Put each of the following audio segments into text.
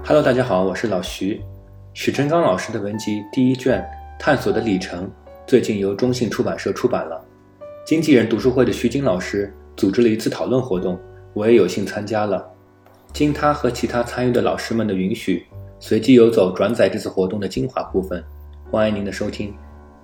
Hello， 大家好，我是老徐。许辰刚老师的文集第一卷《探索的里程》最近由中信出版社出版了。经纪人读书会的徐晶老师组织了一次讨论活动，我也有幸参加了。经他和其他参与的老师们的允许，随机游走转载这次活动的精华部分，欢迎您的收听。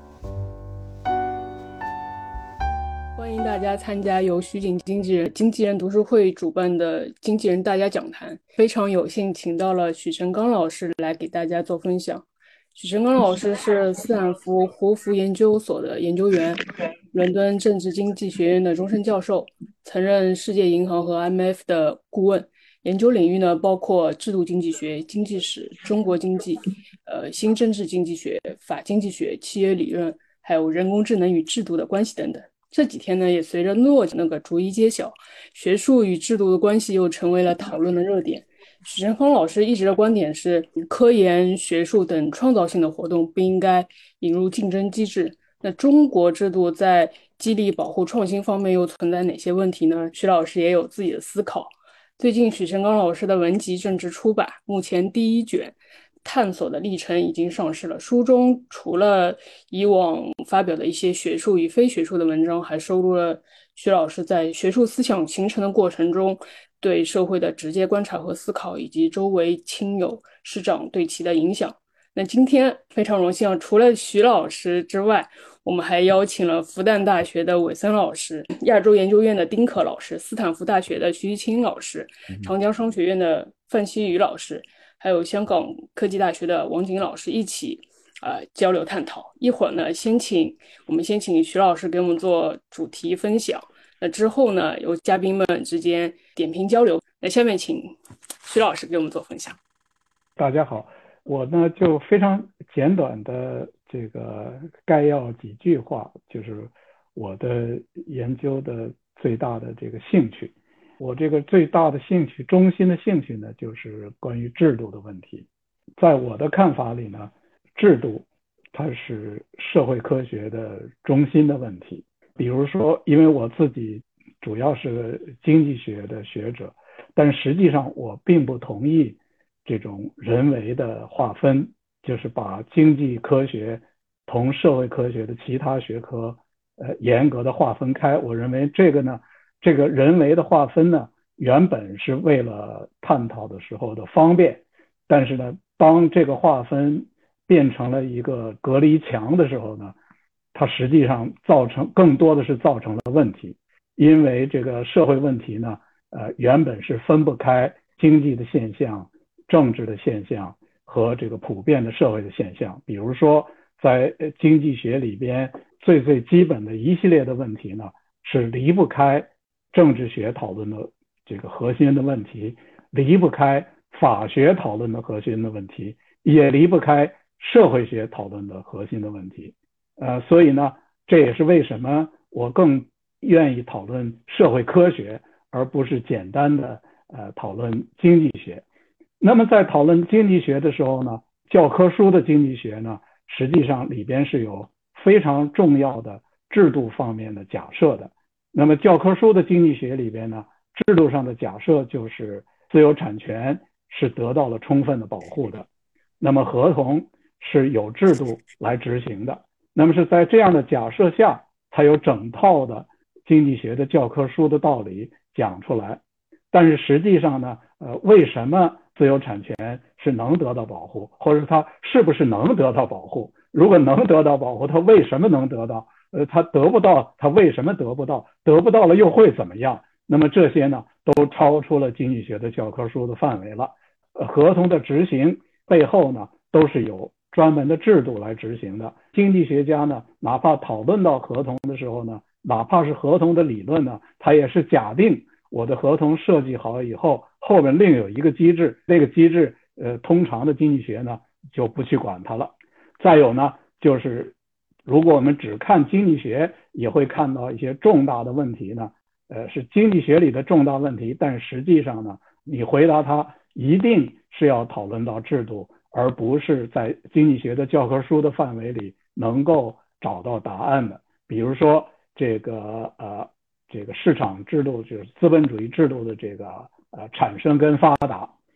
欢迎大家参加由徐景经纪人读书会主办的经纪人大家讲坛，非常有幸请到了许辰刚老师来给大家做分享。许辰刚老师是斯坦福胡佛研究所的研究员，伦敦政治经济学院的终身教授，曾任世界银行和 IMF 的顾问。研究领域呢包括制度经济学、经济史、中国经济、新政治经济学、法经济学、契约理论，还有人工智能与制度的关系等等。这几天呢，也随着诺奖逐一揭晓，学术与制度的关系又成为了讨论的热点。许辰刚老师一直的观点是，科研、学术等创造性的活动不应该引入竞争机制。那中国制度在激励、保护、创新方面又存在哪些问题呢？许老师也有自己的思考。最近许辰刚老师的文集正式出版，目前第一卷探索的历程已经上市了。书中除了以往发表的一些学术与非学术的文章，还收录了徐老师在学术思想形成的过程中对社会的直接观察和思考，以及周围亲友师长对其的影响。那今天非常荣幸，除了徐老师之外，我们还邀请了复旦大学的韦森老师、亚洲研究院的丁可老师、斯坦福大学的徐一清老师、长江商学院的范希宇老师，还有香港科技大学的王景老师一起交流探讨。一会儿呢，我们先请徐老师给我们做主题分享，那之后呢，由嘉宾们之间点评交流。那下面请徐老师给我们做分享。 大家好，我呢就非常简短的概要几句话，就是我的研究的最大的兴趣。我最大的兴趣，中心的兴趣呢，就是关于制度的问题。在我的看法里呢，制度它是社会科学的中心的问题。比如说，因为我自己主要是经济学的学者，但实际上我并不同意这种人为的划分，就是把经济科学同社会科学的其他学科严格的划分开。我认为这个人为的划分呢，原本是为了探讨的时候的方便，但是呢，当这个划分变成了一个隔离墙的时候呢，它实际上更多的是造成了问题。因为这个社会问题呢，原本是分不开经济的现象、政治的现象和这个普遍的社会的现象。比如说，在经济学里边最基本的一系列的问题呢，是离不开政治学讨论的这个核心的问题，离不开法学讨论的核心的问题，也离不开社会学讨论的核心的问题。所以呢，这也是为什么我更愿意讨论社会科学，而不是简单的讨论经济学。那么在讨论经济学的时候呢，教科书的经济学呢，实际上里边是有非常重要的制度方面的假设的。那么教科书的经济学里边呢，制度上的假设就是自由产权是得到了充分的保护的，那么合同是有制度来执行的。那么是在这样的假设下，才有整套的经济学的教科书的道理讲出来。但是实际上呢，为什么自由产权是能得到保护，或者它是不是能得到保护？如果能得到保护，它为什么能得到？它得不到，它为什么得不到？得不到了又会怎么样？那么这些呢，都超出了经济学的教科书的范围了。合同的执行背后呢，都是有专门的制度来执行的。经济学家呢，哪怕讨论到合同的时候呢，哪怕是合同的理论呢，他也是假定我的合同设计好以后，后面另有一个机制，那个机制通常的经济学呢就不去管它了。再有呢，就是如果我们只看经济学，也会看到一些重大的问题呢，是经济学里的重大问题，但实际上呢，你回答它一定是要讨论到制度，而不是在经济学的教科书的范围里能够找到答案的。比如说这个市场制度，就是资本主义制度的产生跟发达，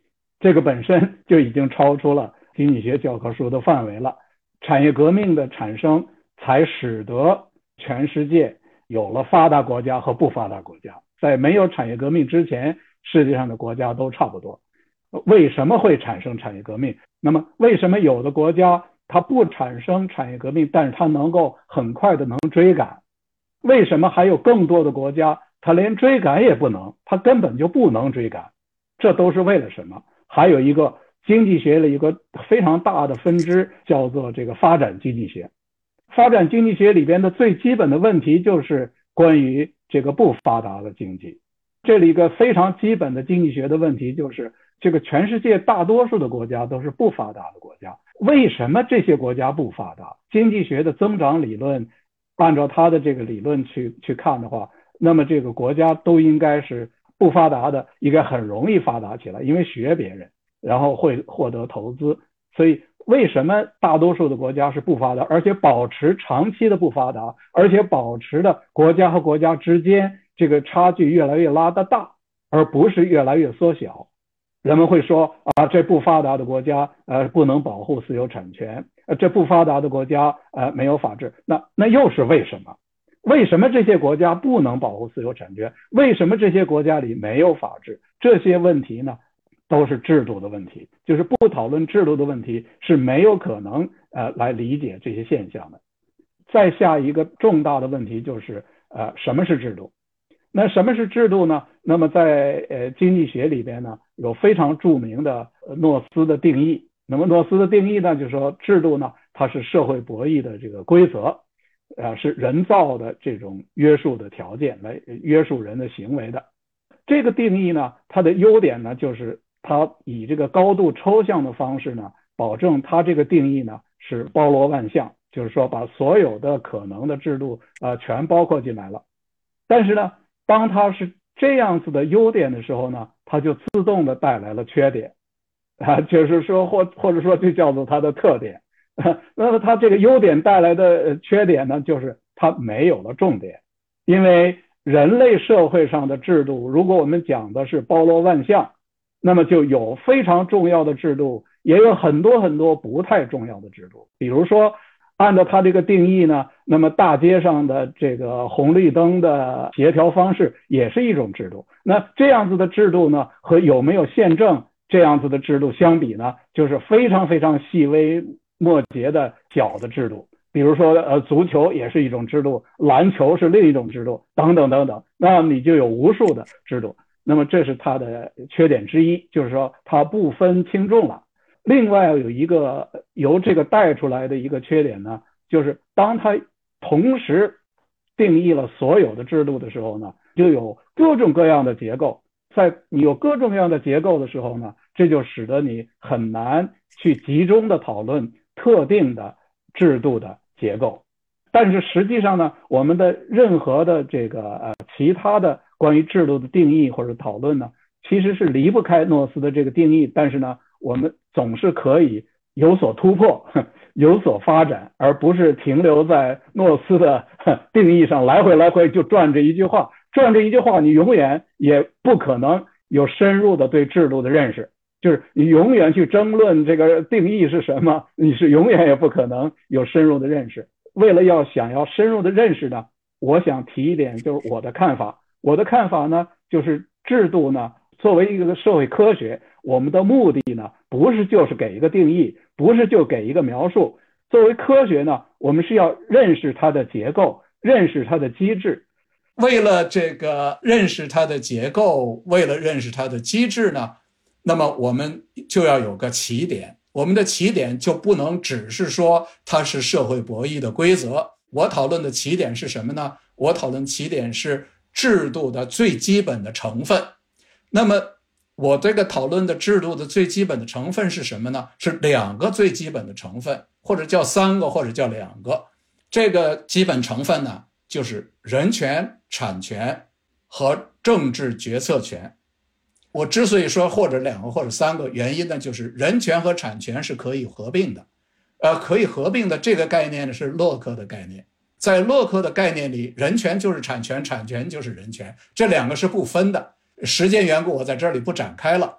这个本身就已经超出了经济学教科书的范围了。产业革命的产生才使得全世界有了发达国家和不发达国家。在没有产业革命之前，世界上的国家都差不多。为什么会产生产业革命？那么为什么有的国家它不产生产业革命，但是它能够很快的能追赶？为什么还有更多的国家它连追赶也不能，它根本就不能追赶？这都是为了什么？还有一个经济学的一个非常大的分支叫做这个发展经济学。发展经济学里边的最基本的问题就是关于这个不发达的经济。这里一个非常基本的经济学的问题就是这个全世界大多数的国家都是不发达的国家，为什么这些国家不发达？经济学的增长理论按照它的这个理论去看的话，那么这个国家都应该是不发达的，应该很容易发达起来，因为学别人，然后会获得投资。所以为什么大多数的国家是不发达，而且保持长期的不发达，而且保持的国家和国家之间这个差距越来越拉得大，而不是越来越缩小？人们会说啊，这不发达的国家不能保护私有产权，这不发达的国家没有法治。那又是为什么？为什么这些国家不能保护私有产权？为什么这些国家里没有法治？这些问题呢，都是制度的问题。就是不讨论制度的问题，是没有可能来理解这些现象的。再下一个重大的问题就是什么是制度？那什么是制度呢？那么在经济学里边呢，有非常著名的诺斯的定义。那么诺斯的定义呢，就是说制度呢，它是社会博弈的这个规则，是人造的这种约束的条件来约束人的行为的。这个定义呢，它的优点呢，就是它以这个高度抽象的方式呢，保证它这个定义呢是包罗万象，就是说把所有的可能的制度全包括进来了。但是呢，当它是这样子的优点的时候呢，它就自动的带来了缺点就是说或者说就叫做它的特点那么它这个优点带来的缺点呢，就是它没有了重点。因为人类社会上的制度，如果我们讲的是包罗万象，那么就有非常重要的制度，也有很多很多不太重要的制度。比如说按照它这个定义呢，那么大街上的这个红绿灯的协调方式也是一种制度。那这样子的制度呢，和有没有宪政这样子的制度相比呢，就是非常非常细微末节的小的制度。比如说足球也是一种制度，篮球是另一种制度，等等等等。那你就有无数的制度。那么这是它的缺点之一，就是说它不分轻重了。另外有一个由这个带出来的一个缺点呢，就是当它同时定义了所有的制度的时候呢，就有各种各样的结构。在你有各种各样的结构的时候呢，这就使得你很难去集中的讨论特定的制度的结构。但是实际上呢，我们的任何的这个其他的关于制度的定义或者讨论呢，其实是离不开诺斯的这个定义。但是呢，我们总是可以有所突破，有所发展，而不是停留在诺斯的定义上，来回就转这一句话。转这一句话，你永远也不可能有深入的对制度的认识。就是你永远去争论这个定义是什么，你是永远也不可能有深入的认识。为了想要深入的认识呢，我想提一点，就是我的看法。我的看法呢，就是制度呢，作为一个社会科学，我们的目的呢，不是就是给一个定义，不是就给一个描述。作为科学呢，我们是要认识它的结构，认识它的机制。 为了这个认识它的结构，为了认识它的机制呢，那么我们就要有个起点。我们的起点就不能只是说它是社会博弈的规则。我讨论的起点是什么呢？我讨论起点是制度的最基本的成分。那么我这个讨论的制度的最基本的成分是什么呢？是两个最基本的成分，或者叫三个，或者叫两个。这个基本成分呢，就是人权、产权和政治决策权。我之所以说或者两个或者三个，原因呢，就是人权和产权是可以合并的。可以合并的这个概念呢，是洛克的概念。在洛克的概念里，人权就是产权，产权就是人权，这两个是不分的。时间缘故，我在这里不展开了。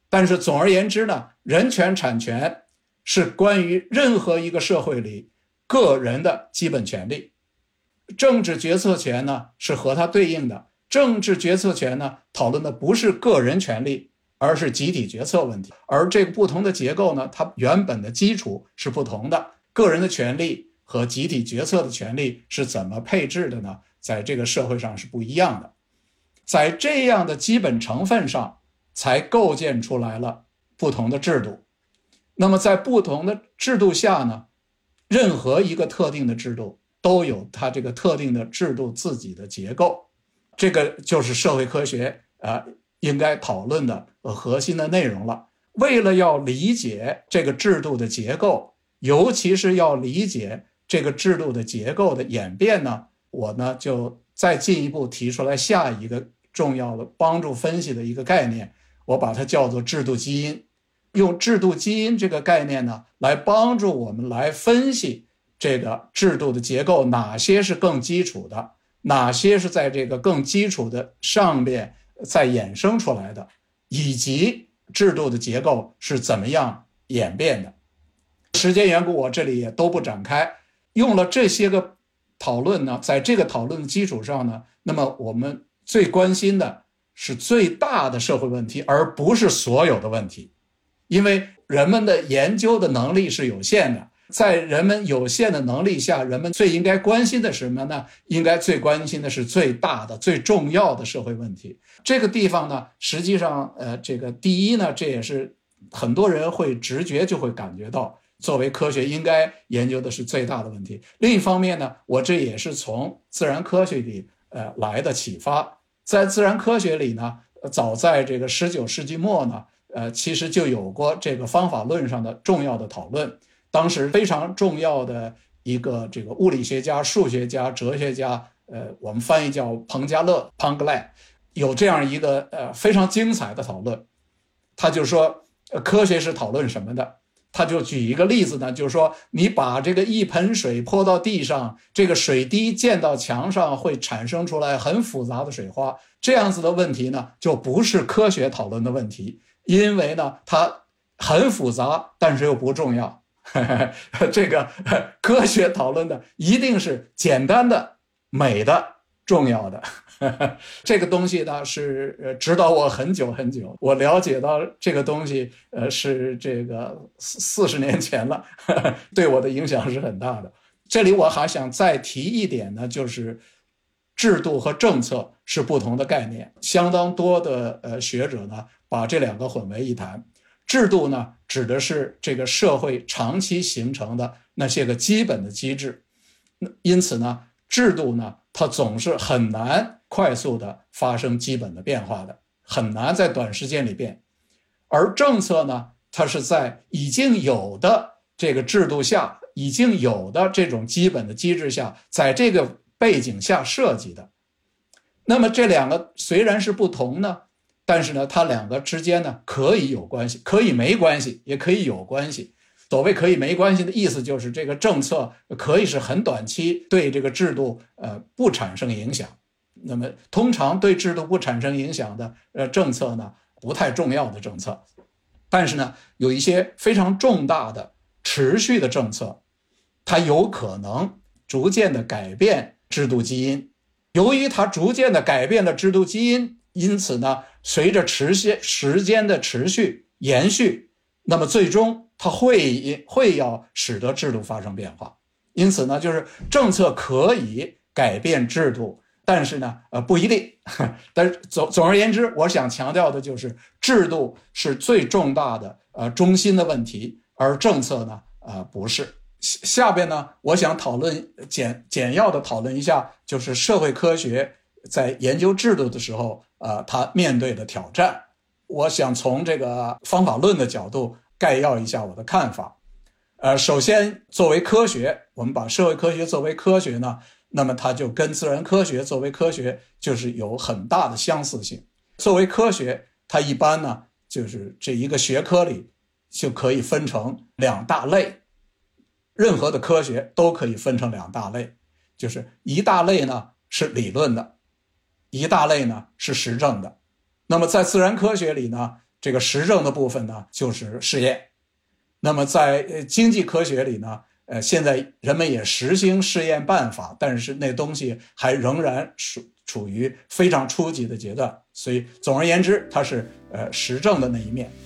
但是总而言之呢，人权产权是关于任何一个社会里个人的基本权利。政治决策权呢是和它对应的，政治决策权呢讨论的不是个人权利，而是集体决策问题。而这个不同的结构呢，它原本的基础是不同的，个人的权利和集体决策的权利是怎么配置的呢？在这个社会上是不一样的。在这样的基本成分上才构建出来了不同的制度。那么在不同的制度下呢，任何一个特定的制度都有它这个特定的制度自己的结构。这个就是社会科学应该讨论的核心的内容了。为了要理解这个制度的结构，尤其是要理解这个制度的结构的演变呢，我呢就再进一步提出来下一个重要的帮助分析的一个概念，我把它叫做制度基因。用制度基因这个概念呢，来帮助我们来分析这个制度的结构，哪些是更基础的，哪些是在这个更基础的上面再衍生出来的，以及制度的结构是怎么样演变的。时间缘故，我这里也都不展开。用了这些个讨论呢，在这个讨论的基础上呢，那么我们最关心的是最大的社会问题，而不是所有的问题。因为人们的研究的能力是有限的，在人们有限的能力下，人们最应该关心的是什么呢？应该最关心的是最大的、最重要的社会问题。这个地方呢，实际上这个第一呢，这也是很多人会直觉就会感觉到，作为科学应该研究的是最大的问题。另一方面呢，我这也是从自然科学里来的启发。在自然科学里呢，早在这个19世纪末呢，其实就有过这个方法论上的重要的讨论。当时非常重要的一个这个物理学家、数学家、哲学家，我们翻译叫彭加勒 Panglet， 有这样一个非常精彩的讨论。他就说，科学是讨论什么的？他就举一个例子呢，就是说你把这个一盆水泼到地上，这个水滴溅到墙上会产生出来很复杂的水花，这样子的问题呢，就不是科学讨论的问题，因为呢它很复杂，但是又不重要。这个科学讨论的一定是简单的、美的、重要的。这个东西呢是指导我很久很久，我了解到这个东西是这个40年前了，对我的影响是很大的。这里我还想再提一点呢，就是制度和政策是不同的概念，相当多的学者呢把这两个混为一谈。制度呢指的是这个社会长期形成的那些个基本的机制，因此呢制度呢它总是很难快速的发生基本的变化的，很难在短时间里变。而政策呢，它是在已经有的这个制度下，已经有的这种基本的机制下，在这个背景下设计的。那么这两个虽然是不同呢，但是呢它两个之间呢可以有关系，可以没关系，也可以有关系。所谓可以没关系的意思，就是这个政策可以是很短期对这个制度不产生影响。那么通常对制度不产生影响的政策呢，不太重要的政策。但是呢有一些非常重大的持续的政策，它有可能逐渐的改变制度基因。由于它逐渐的改变了制度基因，因此呢随着时间的持续延续，那么最终它会要使得制度发生变化。因此呢就是政策可以改变制度，但是呢不一定。但是总而言之，我想强调的就是制度是最重大的中心的问题，而政策呢不是。下边呢我想讨论简要的讨论一下，就是社会科学在研究制度的时候它面对的挑战。我想从这个方法论的角度概要一下我的看法。首先作为科学，我们把社会科学作为科学呢，那么它就跟自然科学作为科学就是有很大的相似性。作为科学，它一般呢就是这一个学科里就可以分成两大类，任何的科学都可以分成两大类，就是一大类呢是理论的，一大类呢是实证的。那么在自然科学里呢， 这个实证的部分呢就是试验。那么在经济科学里呢，现在人们也实行试验办法，但是那东西还仍然处于非常初级的阶段，所以总而言之，它是实证的那一面。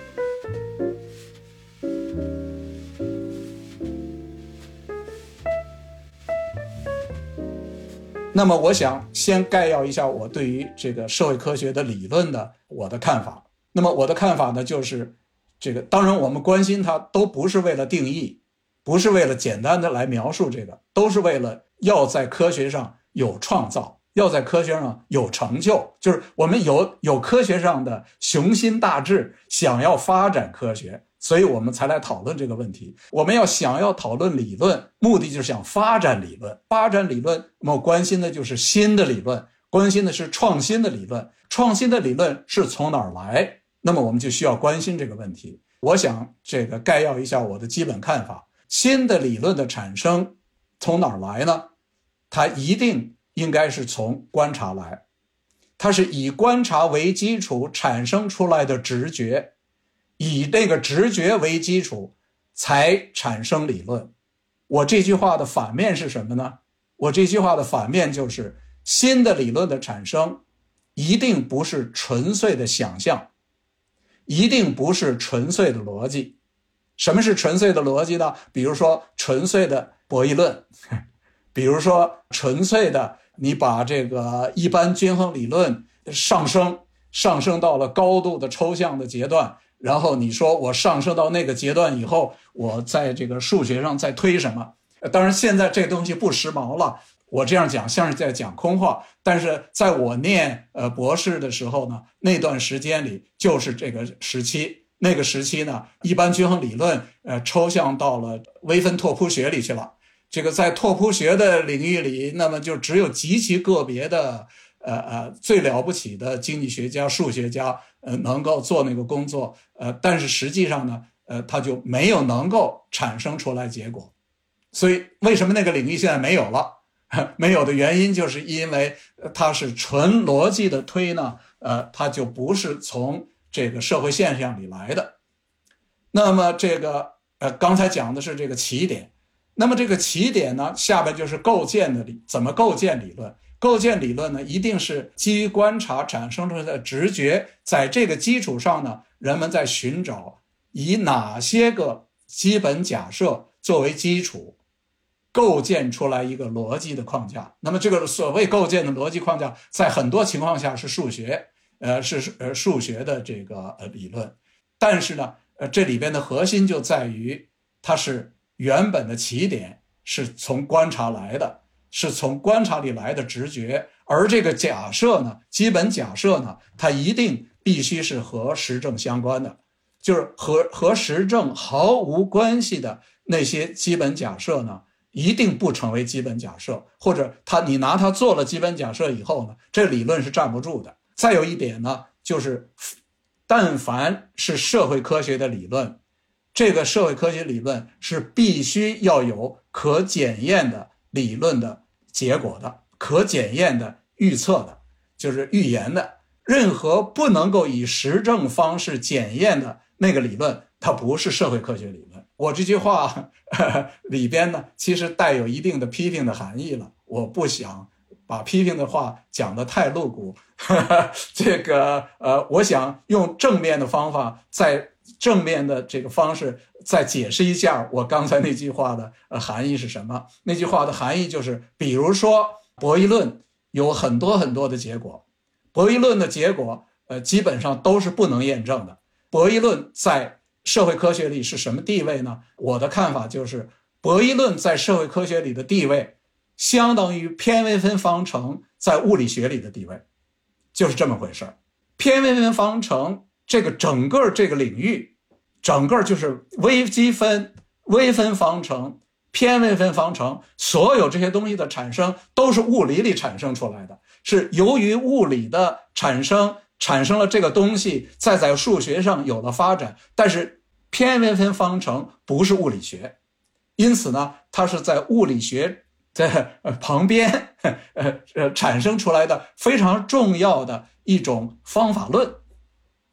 那么我想先概要一下我对于这个社会科学的理论的我的看法。那么我的看法呢，就是这个当然我们关心它都不是为了定义，不是为了简单的来描述这个，都是为了要在科学上有创造，要在科学上有成就，就是我们有科学上的雄心大志，想要发展科学，所以我们才来讨论这个问题。我们想要讨论理论，目的就是想发展理论。发展理论，我们关心的就是新的理论，关心的是创新的理论。创新的理论是从哪儿来？那么我们就需要关心这个问题。我想这个概要一下我的基本看法。新的理论的产生从哪儿来呢？它一定应该是从观察来，它是以观察为基础产生出来的直觉，以这个直觉为基础才产生理论。我这句话的反面是什么呢？我这句话的反面就是新的理论的产生一定不是纯粹的想象，一定不是纯粹的逻辑。什么是纯粹的逻辑呢？比如说纯粹的博弈论，比如说纯粹的你把这个一般均衡理论上升到了高度的抽象的阶段，然后你说我上升到那个阶段以后，我在这个数学上再推什么。当然现在这东西不时髦了，我这样讲像是在讲空话，但是在我念博士的时候呢，那段时间里就是这个时期。那个时期呢，一般均衡理论抽象到了微分拓扑学里去了。这个在拓扑学的领域里，那么就只有极其个别的最了不起的经济学家、数学家能够做那个工作，但是实际上呢，他就没有能够产生出来结果。所以为什么那个领域现在没有了？没有的原因就是因为它是纯逻辑的推呢，它就不是从这个社会现象里来的。那么这个刚才讲的是这个起点，那么这个起点呢，下边就是构建的怎么构建理论。构建理论呢，一定是基于观察产生出来的直觉，在这个基础上呢，人们在寻找以哪些个基本假设作为基础，构建出来一个逻辑的框架。那么这个所谓构建的逻辑框架，在很多情况下是数学，是数学的这个理论。但是呢，这里边的核心就在于，它是原本的起点是从观察来的，是从观察里来的直觉，而这个假设呢，基本假设呢，它一定必须是和实证相关的，就是和实证毫无关系的那些基本假设呢，一定不成为基本假设，或者你拿它做了基本假设以后呢，这理论是站不住的。再有一点呢，就是但凡是社会科学的理论，这个社会科学理论是必须要有可检验的理论的结果的，可检验的预测的，就是预言的。任何不能够以实证方式检验的那个理论，它不是社会科学理论。我这句话里边呢，其实带有一定的批评的含义了，我不想把批评的话讲得太露骨。这个我想用正面的方法，在正面的这个方式再解释一下我刚才那句话的含义是什么。那句话的含义就是，比如说博弈论有很多很多的结果，博弈论的结果基本上都是不能验证的。博弈论在社会科学里是什么地位呢？我的看法就是，博弈论在社会科学里的地位相当于偏微分方程在物理学里的地位，就是这么回事。偏微分方程这个整个这个领域，整个就是微积分、微分方程、偏微分方程，所有这些东西的产生都是物理里产生出来的，是由于物理的产生了这个东西，再在数学上有了发展。但是偏微分方程不是物理学，因此呢，它是在物理学在旁边产生出来的非常重要的一种方法论。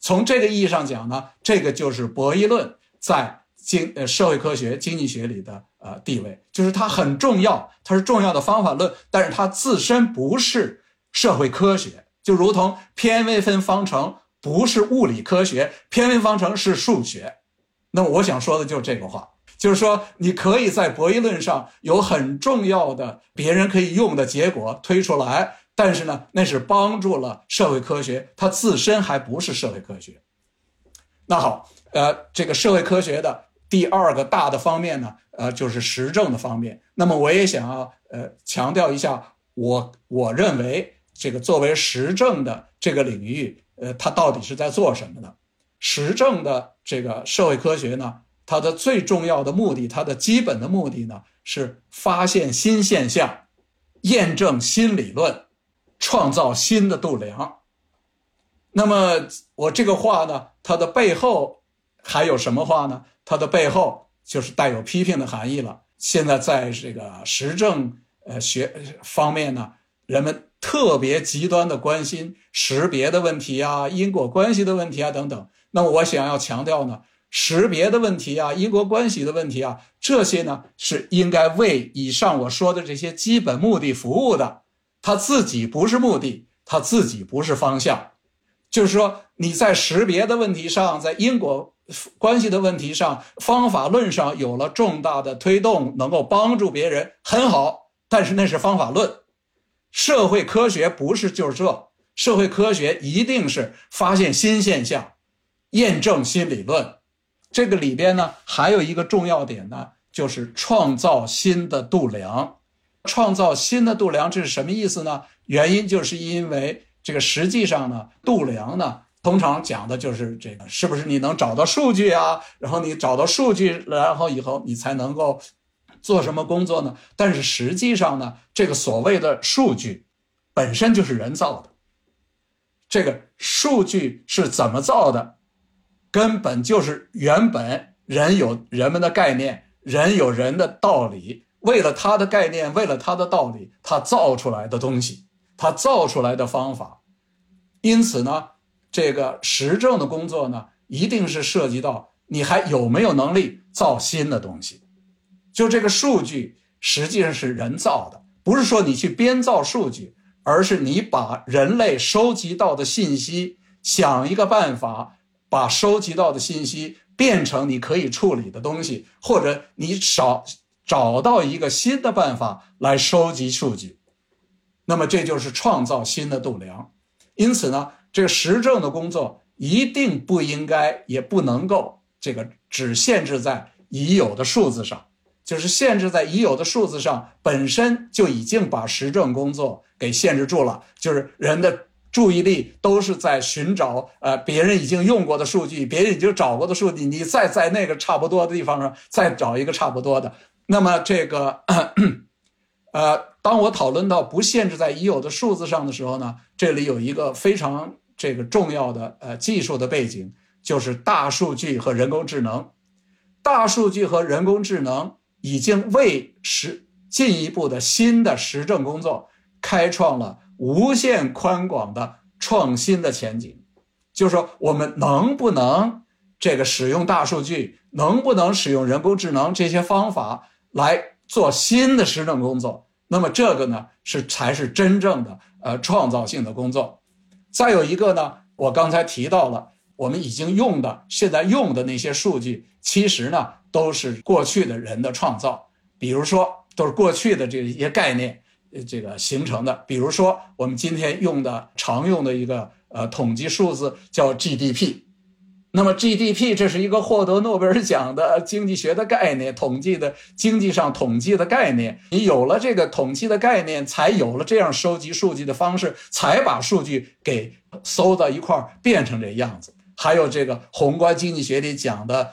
从这个意义上讲呢，这个就是博弈论在社会科学经济学里的地位，就是它很重要，它是重要的方法论，但是它自身不是社会科学，就如同偏微分方程不是物理科学，偏微分方程是数学。那么我想说的就是这个话，就是说你可以在博弈论上有很重要的别人可以用的结果推出来，但是呢，那是帮助了社会科学，它自身还不是社会科学。那好，这个社会科学的第二个大的方面呢，就是实证的方面。那么我也想要强调一下，我认为这个作为实证的这个领域，它到底是在做什么呢？实证的这个社会科学呢，它的最重要的目的，它的基本的目的呢，是发现新现象，验证新理论，创造新的度量。那么我这个话呢，它的背后还有什么话呢？它的背后就是带有批评的含义了。现在在这个实证学方面呢，人们特别极端的关心识别的问题啊，因果关系的问题啊等等。那么我想要强调呢，识别的问题啊，因果关系的问题啊，这些呢是应该为以上我说的这些基本目的服务的，它自己不是目的，它自己不是方向。就是说你在识别的问题上，在因果关系的问题上，方法论上有了重大的推动，能够帮助别人，很好，但是那是方法论。社会科学不是就是这，社会科学一定是发现新现象，验证新理论。这个里边呢，还有一个重要点呢，就是创造新的度量。创造新的度量，这是什么意思呢？原因就是因为这个实际上呢，度量呢，通常讲的就是这个是不是你能找到数据啊，然后你找到数据，然后以后你才能够做什么工作呢？但是实际上呢，这个所谓的数据本身就是人造的。这个数据是怎么造的？根本就是原本人有人们的概念，人有人的道理，为了他的概念，为了他的道理，他造出来的东西，他造出来的方法。因此呢，这个实证的工作呢，一定是涉及到你还有没有能力造新的东西。就这个数据实际上是人造的，不是说你去编造数据，而是你把人类收集到的信息，想一个办法把收集到的信息变成你可以处理的东西，或者你找到一个新的办法来收集数据。那么这就是创造新的度量。因此呢，这个实证的工作一定不应该也不能够这个只限制在已有的数字上，就是限制在已有的数字上本身就已经把实证工作给限制住了，就是人的注意力都是在寻找别人已经用过的数据，别人已经找过的数据，你再在那个差不多的地方上再找一个差不多的。那么这个当我讨论到不限制在已有的数字上的时候呢，这里有一个非常这个重要的技术的背景，就是大数据和人工智能。大数据和人工智能已经为进一步的新的实证工作开创了无限宽广的创新的前景。就是说我们能不能这个使用大数据，能不能使用人工智能这些方法来做新的实证工作，那么这个呢才是真正的创造性的工作。再有一个呢，我刚才提到了我们已经现在用的那些数据，其实呢都是过去的人的创造，比如说都是过去的这些概念这个形成的。比如说我们今天常用的一个统计数字叫 GDP。 那么 GDP 这是一个获得诺贝尔奖的经济学的概念，经济上统计的概念。你有了这个统计的概念，才有了这样收集数据的方式，才把数据给搜到一块变成这样子。还有这个宏观经济学里讲的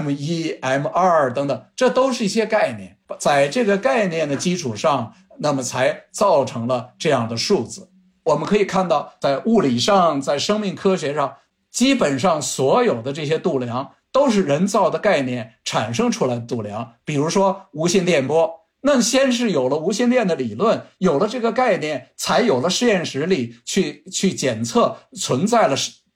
M1 M2 等等，这都是一些概念，在这个概念的基础上，那么才造成了这样的数字。我们可以看到，在物理上，在生命科学上，基本上所有的这些度量都是人造的概念产生出来的度量。比如说无线电波，那先是有了无线电的理论，有了这个概念，才有了实验室里去检测存在了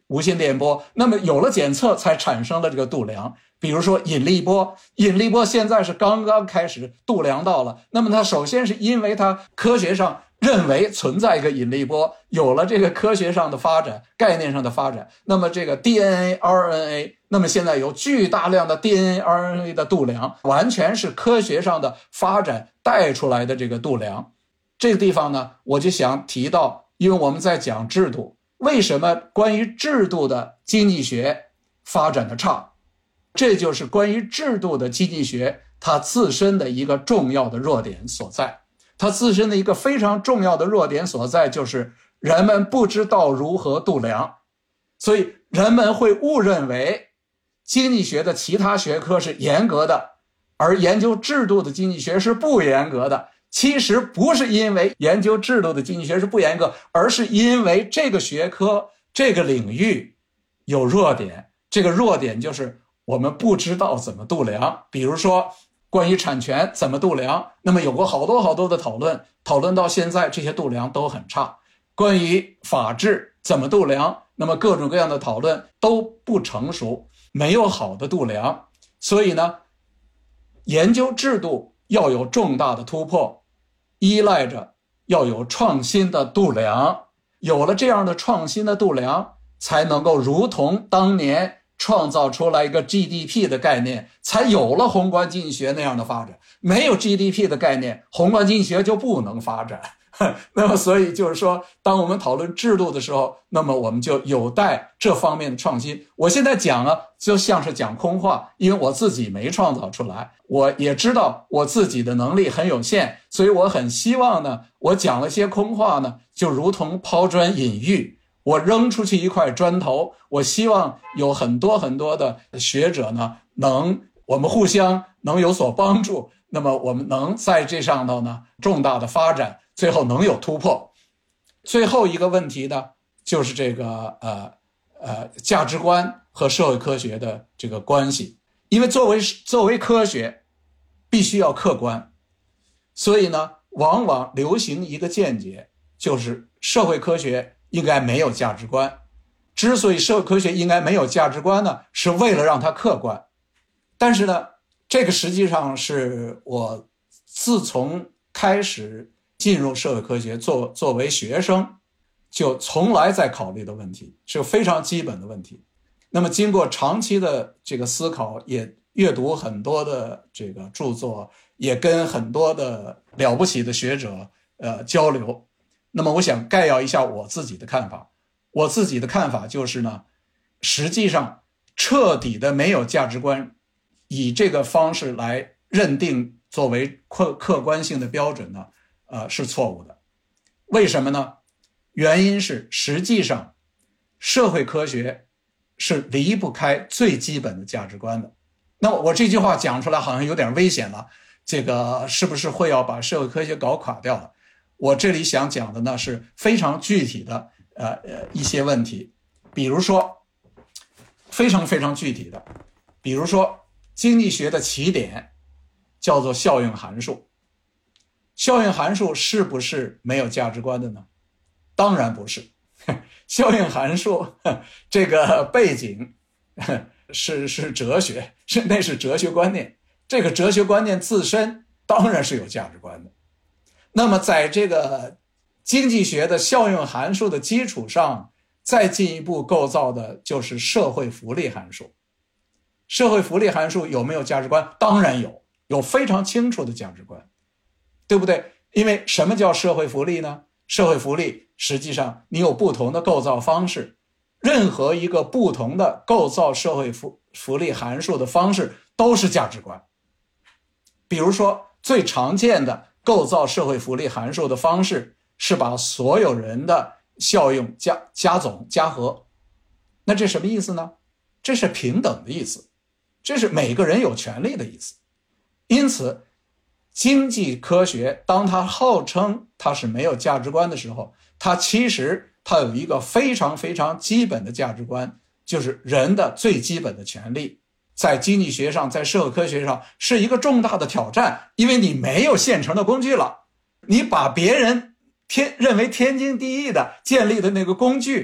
无线电波，那么有了检测才产生了这个度量。比如说引力波，引力波现在是刚刚开始度量到了，那么它首先是因为它科学上认为存在一个引力波，有了这个科学上的发展，概念上的发展，那么这个 DNA、RNA， 那么现在有巨大量的 DNA、RNA 的度量，完全是科学上的发展带出来的这个度量。这个地方呢，我就想提到，因为我们在讲制度，为什么关于制度的经济学发展的差？这就是关于制度的经济学它自身的一个重要的弱点所在。它自身的一个非常重要的弱点所在就是人们不知道如何度量，所以人们会误认为经济学的其他学科是严格的，而研究制度的经济学是不严格的。其实不是因为研究制度的经济学是不严格，而是因为这个学科这个领域有弱点，这个弱点就是我们不知道怎么度量。比如说关于产权怎么度量，那么有过好多的讨论到现在这些度量都很差。关于法治怎么度量，那么各种各样的讨论都不成熟，没有好的度量。所以呢，研究制度要有重大的突破，依赖着要有创新的度量。有了这样的创新的度量，才能够如同当年创造出来一个 GDP 的概念，才有了宏观经济学那样的发展。没有 GDP 的概念，宏观经济学就不能发展。那么所以就是说，当我们讨论制度的时候，那么我们就有待这方面的创新。我现在讲了就像是讲空话，因为我自己没创造出来，我也知道我自己的能力很有限，所以我很希望呢，我讲了些空话呢，就如同抛砖引玉，我扔出去一块砖头，我希望有很多的学者呢，我们互相能有所帮助，那么我们能在这上头呢重大的发展，最后能有突破。最后一个问题呢，就是这个价值观和社会科学的这个关系。因为作为科学必须要客观，所以呢往往流行一个见解，就是社会科学应该没有价值观。之所以社会科学应该没有价值观呢，是为了让它客观。但是呢，这个实际上是我自从开始进入社会科学作为学生就从来在考虑的问题，是非常基本的问题。那么经过长期的这个思考，也阅读很多的这个著作，也跟很多的了不起的学者交流，那么我想概要一下我自己的看法。我自己的看法就是呢，实际上彻底的没有价值观，以这个方式来认定作为客观性的标准呢，是错误的。为什么呢？原因是实际上社会科学是离不开最基本的价值观的。那我这句话讲出来好像有点危险了，这个是不是会要把社会科学搞垮掉了？我这里想讲的呢是非常具体的一些问题，比如说非常具体的，比如说经济学的起点叫做效应函数。效应函数是不是没有价值观的呢？当然不是。效应函数这个背景是哲学，那是哲学观念，这个哲学观念自身当然是有价值观的。那么在这个经济学的效应函数的基础上，再进一步构造的就是社会福利函数。社会福利函数有没有价值观？当然有非常清楚的价值观，对不对？因为什么叫社会福利呢？社会福利实际上你有不同的构造方式，任何一个不同的构造社会福利函数的方式都是价值观。比如说最常见的构造社会福利函数的方式是把所有人的效用加总加和。那这什么意思呢？这是平等的意思，这是每个人有权利的意思。因此经济科学当它号称它是没有价值观的时候，它其实它有一个非常基本的价值观，就是人的最基本的权利。在经济学上，在社会科学上是一个重大的挑战，因为你没有现成的工具了，你把别人认为天经地义的建立的那个工具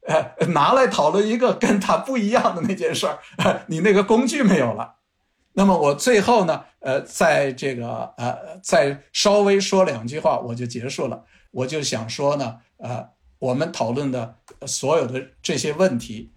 拿来讨论一个跟他不一样的那件事儿，你那个工具没有了。那么我最后呢，再稍微说两句话我就结束了。我就想说呢，我们讨论的所有的这些问题，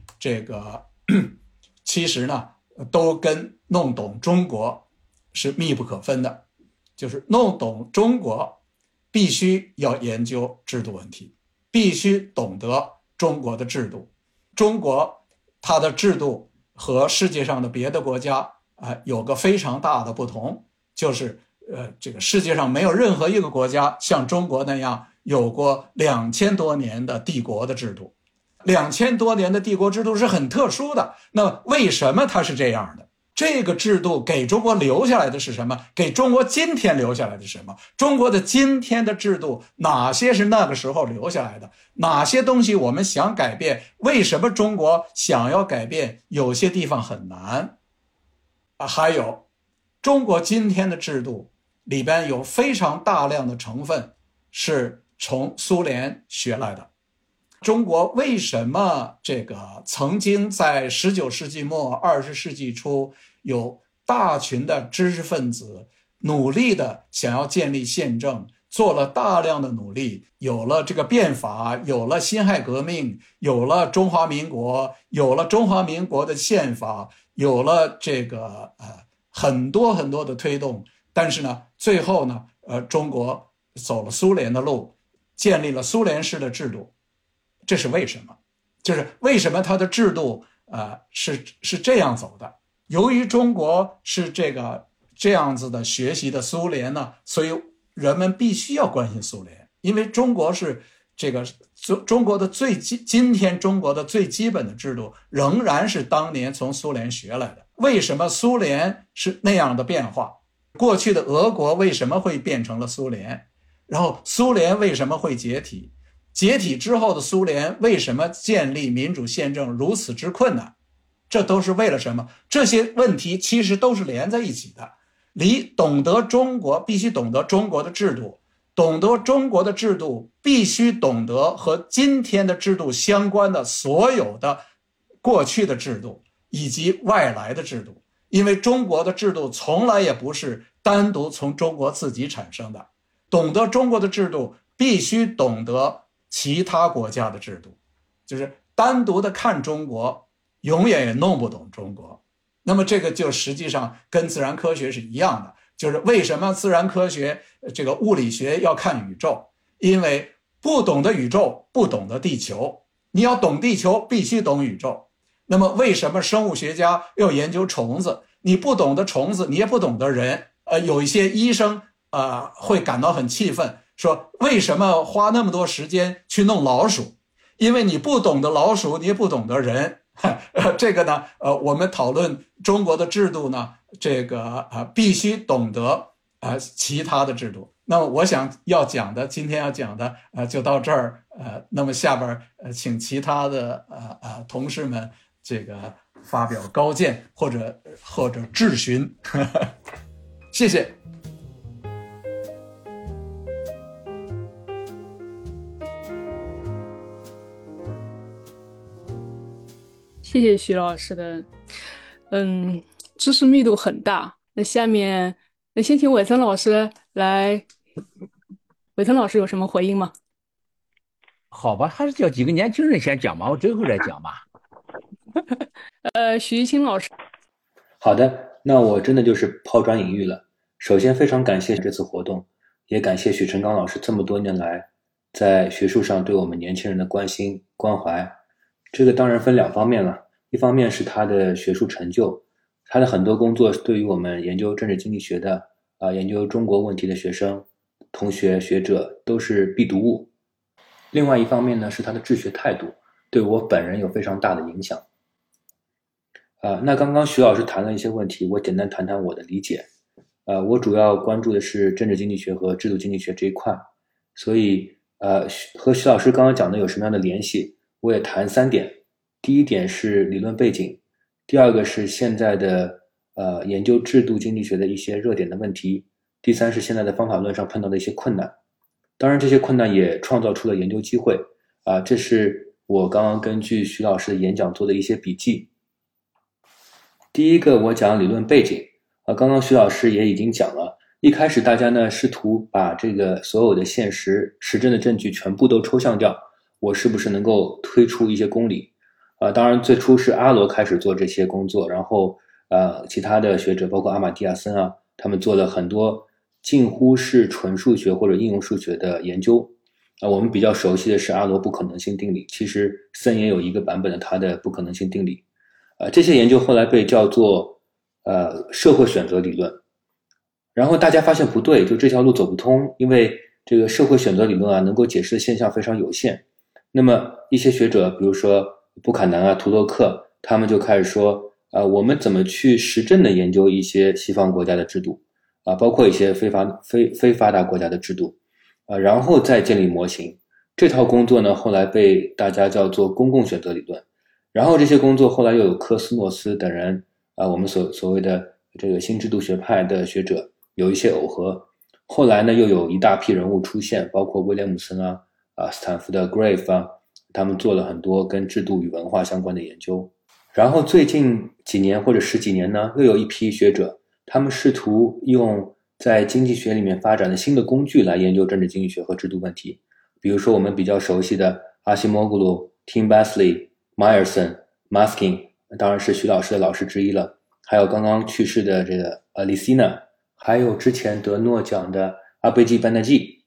其实呢都跟弄懂中国是密不可分的。就是弄懂中国，必须要研究制度问题，必须懂得中国的制度。中国它的制度和世界上的别的国家有个非常大的不同，就是这个世界上没有任何一个国家像中国那样有过2000多年的帝国的制度。2000多年的帝国制度是很特殊的，那为什么它是这样的？这个制度给中国留下来的是什么？给中国今天留下来的是什么？中国的今天的制度哪些是那个时候留下来的？哪些东西我们想改变？为什么中国想要改变有些地方很难？还有中国今天的制度里边有非常大量的成分是从苏联学来的。中国为什么曾经在19世纪末20世纪初有大群的知识分子努力的想要建立宪政，做了大量的努力，有了这个变法，有了辛亥革命，有了中华民国，有了中华民国的宪法，有了很多很多的推动，但是呢最后呢中国走了苏联的路，建立了苏联式的制度。这是为什么？就是为什么它的制度是这样走的？由于中国是这样子的学习的苏联呢，所以人们必须要关心苏联，因为中国是中国的今天中国的最基本的制度仍然是当年从苏联学来的。为什么苏联是那样的变化？过去的俄国为什么会变成了苏联？然后苏联为什么会解体？解体之后的苏联为什么建立民主宪政如此之困难？这都是为了什么？这些问题其实都是连在一起的。懂得中国必须懂得中国的制度，懂得中国的制度必须懂得和今天的制度相关的所有的过去的制度以及外来的制度，因为中国的制度从来也不是单独从中国自己产生的。懂得中国的制度必须懂得其他国家的制度，就是单独的看中国永远也弄不懂中国。那么这个就实际上跟自然科学是一样的，就是为什么自然科学物理学要看宇宙？因为不懂得宇宙不懂得地球，你要懂地球必须懂宇宙。那么为什么生物学家要研究虫子？你不懂得虫子你也不懂得人。有一些医生会感到很气愤，说为什么花那么多时间去弄老鼠？因为你不懂得老鼠，你也不懂得人。这个呢，我们讨论中国的制度呢，必须懂得其他的制度。那么我想今天要讲的就到这儿。那么下边请其他的同事们发表高见或者质询。谢谢。 谢谢徐老师的，知识密度很大。那下面，先请伟森老师来。伟森老师有什么回应吗？ 好吧，还是叫几个年轻人先讲吧，我最后再讲吧。 徐一清老师。 好的，那我真的就是抛砖引玉了。首先非常感谢这次活动，也感谢许成刚老师这么多年来在学术上对我们年轻人的关心关怀。这个当然分两方面了，一方面是他的学术成就，他的很多工作对于我们研究政治经济学的研究中国问题的学生、同学、学者都是必读物。另外一方面呢，是他的治学态度对我本人有非常大的影响。那刚刚徐老师谈了一些问题，我简单谈谈我的理解。我主要关注的是政治经济学和制度经济学这一块，所以和徐老师刚刚讲的有什么样的联系，我也谈3点。第一点是理论背景，第二个是现在的研究制度经济学的一些热点的问题，第三是现在的方法论上碰到的一些困难。当然这些困难也创造出了研究机会这是我刚刚根据徐老师的演讲做的一些笔记。第一个我讲理论背景，刚刚徐老师也已经讲了，一开始大家呢试图把这个所有的现实实证的证据全部都抽象掉，我是不是能够推出一些公理？当然最初是阿罗开始做这些工作，然后其他的学者包括阿马蒂亚森啊，他们做了很多近乎是纯数学或者应用数学的研究。我们比较熟悉的是阿罗不可能性定理，其实森也有一个版本的他的不可能性定理。这些研究后来被叫做社会选择理论。然后大家发现不对，就这条路走不通，因为这个社会选择理论啊，能够解释的现象非常有限。那么一些学者，比如说布坎南啊、图洛克，他们就开始说我们怎么去实证的研究一些西方国家的制度包括一些非发达国家的制度然后再建立模型。这套工作呢，后来被大家叫做公共选择理论。然后这些工作后来又有科斯诺斯等人我们所谓的这个新制度学派的学者有一些耦合。后来呢，又有一大批人物出现，包括威廉姆森斯坦福的 Grave 他们做了很多跟制度与文化相关的研究。然后最近几年或者10几年呢，又有一批学者，他们试图用在经济学里面发展的新的工具来研究政治经济学和制度问题。比如说我们比较熟悉的阿西莫古鲁、Tim Bessely、Meyerson、Maskin， 当然是徐老师的老师之一了。还有刚刚去世的这个Lisina， 还有之前得诺奖的阿贝基班纳季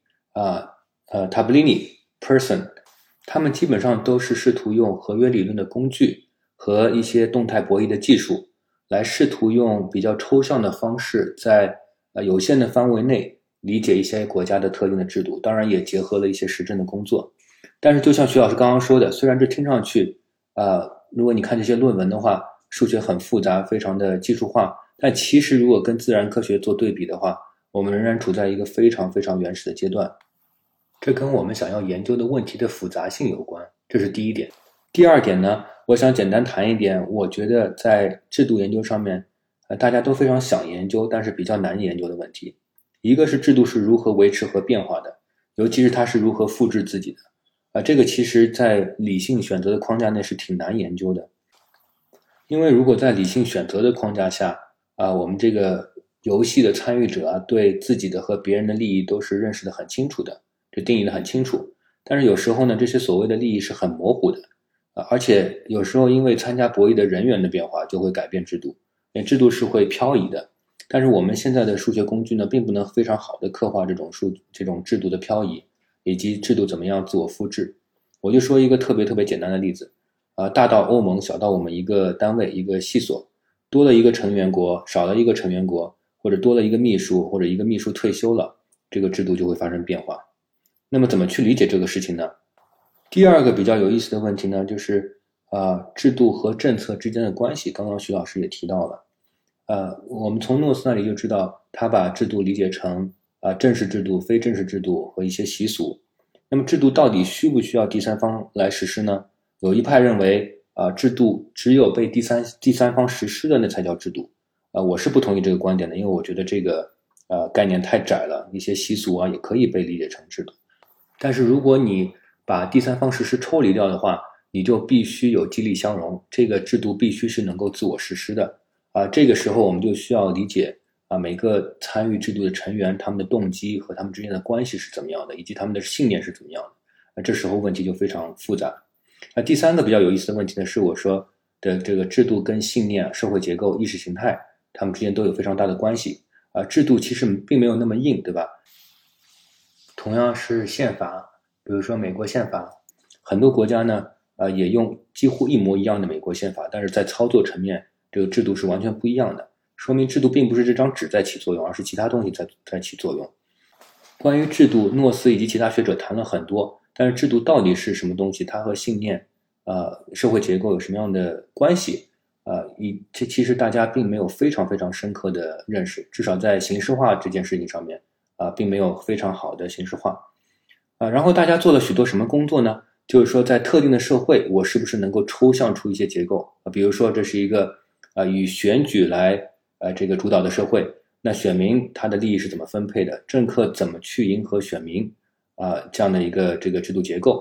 Tablini、Person， 他们基本上都是试图用合约理论的工具和一些动态博弈的技术来试图用比较抽象的方式在有限的范围内理解一些国家的特定的制度，当然也结合了一些实证的工作。但是就像徐老师刚刚说的，虽然这听上去如果你看这些论文的话，数学很复杂，非常的技术化，但其实如果跟自然科学做对比的话，我们仍然处在一个非常非常原始的阶段。这跟我们想要研究的问题的复杂性有关，这是第一点。第二点呢，我想简单谈一点，我觉得在制度研究上面大家都非常想研究，但是比较难研究的问题。一个是制度是如何维持和变化的，尤其是它是如何复制自己的这个其实在理性选择的框架内是挺难研究的。因为如果在理性选择的框架下我们这个游戏的参与者对自己的和别人的利益都是认识的很清楚的，这定义的很清楚。但是有时候呢，这些所谓的利益是很模糊的而且有时候因为参加博弈的人员的变化就会改变制度，因为制度是会漂移的。但是我们现在的数学工具呢，并不能非常好的刻画这种制度的漂移以及制度怎么样自我复制。我就说一个特别特别简单的例子大到欧盟，小到我们一个单位一个系所，多了一个成员国，少了一个成员国，或者多了一个秘书，或者一个秘书退休了，这个制度就会发生变化。那么怎么去理解这个事情呢？第二个比较有意思的问题呢，就是制度和政策之间的关系，刚刚徐老师也提到了我们从诺斯那里就知道，他把制度理解成正式制度、非正式制度和一些习俗。那么制度到底需不需要第三方来实施呢？有一派认为制度只有被第三方实施的那才叫制度我是不同意这个观点的，因为我觉得这个概念太窄了，一些习俗也可以被理解成制度。但是如果你把第三方实施抽离掉的话，你就必须有激励相容，这个制度必须是能够自我实施的这个时候我们就需要理解每个参与制度的成员他们的动机和他们之间的关系是怎么样的，以及他们的信念是怎么样的这时候问题就非常复杂。第三个比较有意思的问题呢，是我说的这个制度跟信念、社会结构、意识形态他们之间都有非常大的关系制度其实并没有那么硬，对吧？同样是宪法，比如说美国宪法，很多国家呢也用几乎一模一样的美国宪法，但是在操作层面这个制度是完全不一样的，说明制度并不是这张纸在起作用，而是其他东西在起作用。关于制度，诺斯以及其他学者谈了很多，但是制度到底是什么东西，它和信念社会结构有什么样的关系其实大家并没有非常非常深刻的认识，至少在形式化这件事情上面并没有非常好的形式化然后大家做了许多什么工作呢？就是说在特定的社会，我是不是能够抽象出一些结构比如说这是一个以选举来这个主导的社会，那选民他的利益是怎么分配的，政客怎么去迎合选民这样的一个这个制度结构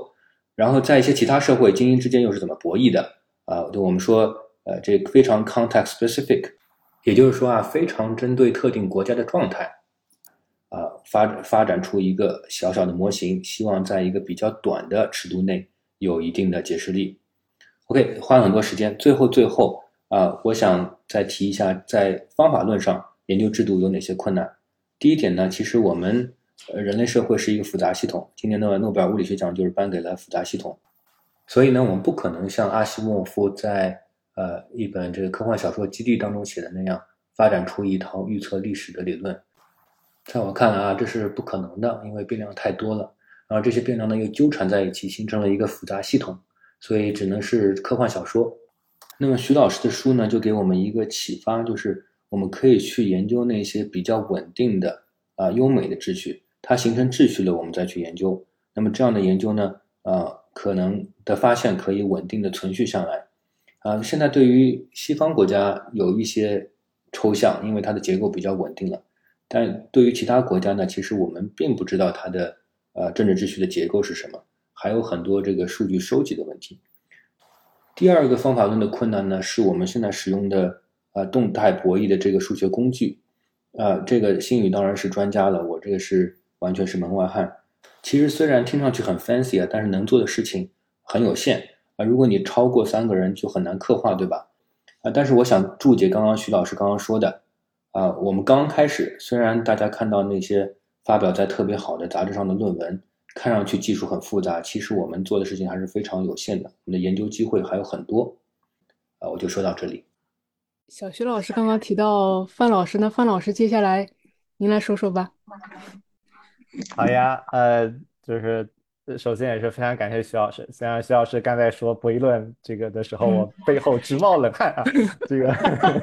然后在一些其他社会，精英之间又是怎么博弈的就我们说这个非常 context specific， 也就是说非常针对特定国家的状态发展出一个小小的模型，希望在一个比较短的尺度内有一定的解释力。OK， 花了很多时间，最后我想再提一下，在方法论上研究制度有哪些困难。第一点呢，其实我们人类社会是一个复杂系统，今年的诺贝尔物理学奖就是颁给了复杂系统，所以呢，我们不可能像阿西莫夫在一本这个科幻小说《基地》当中写的那样，发展出一套预测历史的理论。在我看来这是不可能的，因为变量太多了，然后这些变量呢又纠缠在一起，形成了一个复杂系统，所以只能是科幻小说。那么徐老师的书呢，就给我们一个启发，就是我们可以去研究那些比较稳定的优美的秩序，它形成秩序了，我们再去研究。那么这样的研究呢，可能的发现可以稳定的存续下来。现在对于西方国家有一些抽象，因为它的结构比较稳定了，但对于其他国家呢，其实我们并不知道它的政治秩序的结构是什么，还有很多这个数据收集的问题。第二个方法论的困难呢，是我们现在使用的动态博弈的这个数学工具。这个星宇当然是专家了，我这个是完全是门外汉。其实虽然听上去很 fancy 但是能做的事情很有限如果你超过3个人就很难刻画，对吧？但是我想注解刚刚徐老师刚刚说的我们刚开始，虽然大家看到那些发表在特别好的杂志上的论文看上去技术很复杂，其实我们做的事情还是非常有限的，我们的研究机会还有很多我就说到这里。 小徐老师刚刚提到范老师呢，范老师接下来您来说说吧。 好呀，就是首先也是非常感谢徐老师，虽然徐老师刚才说博弈论这个的时候，我背后直冒冷汗这个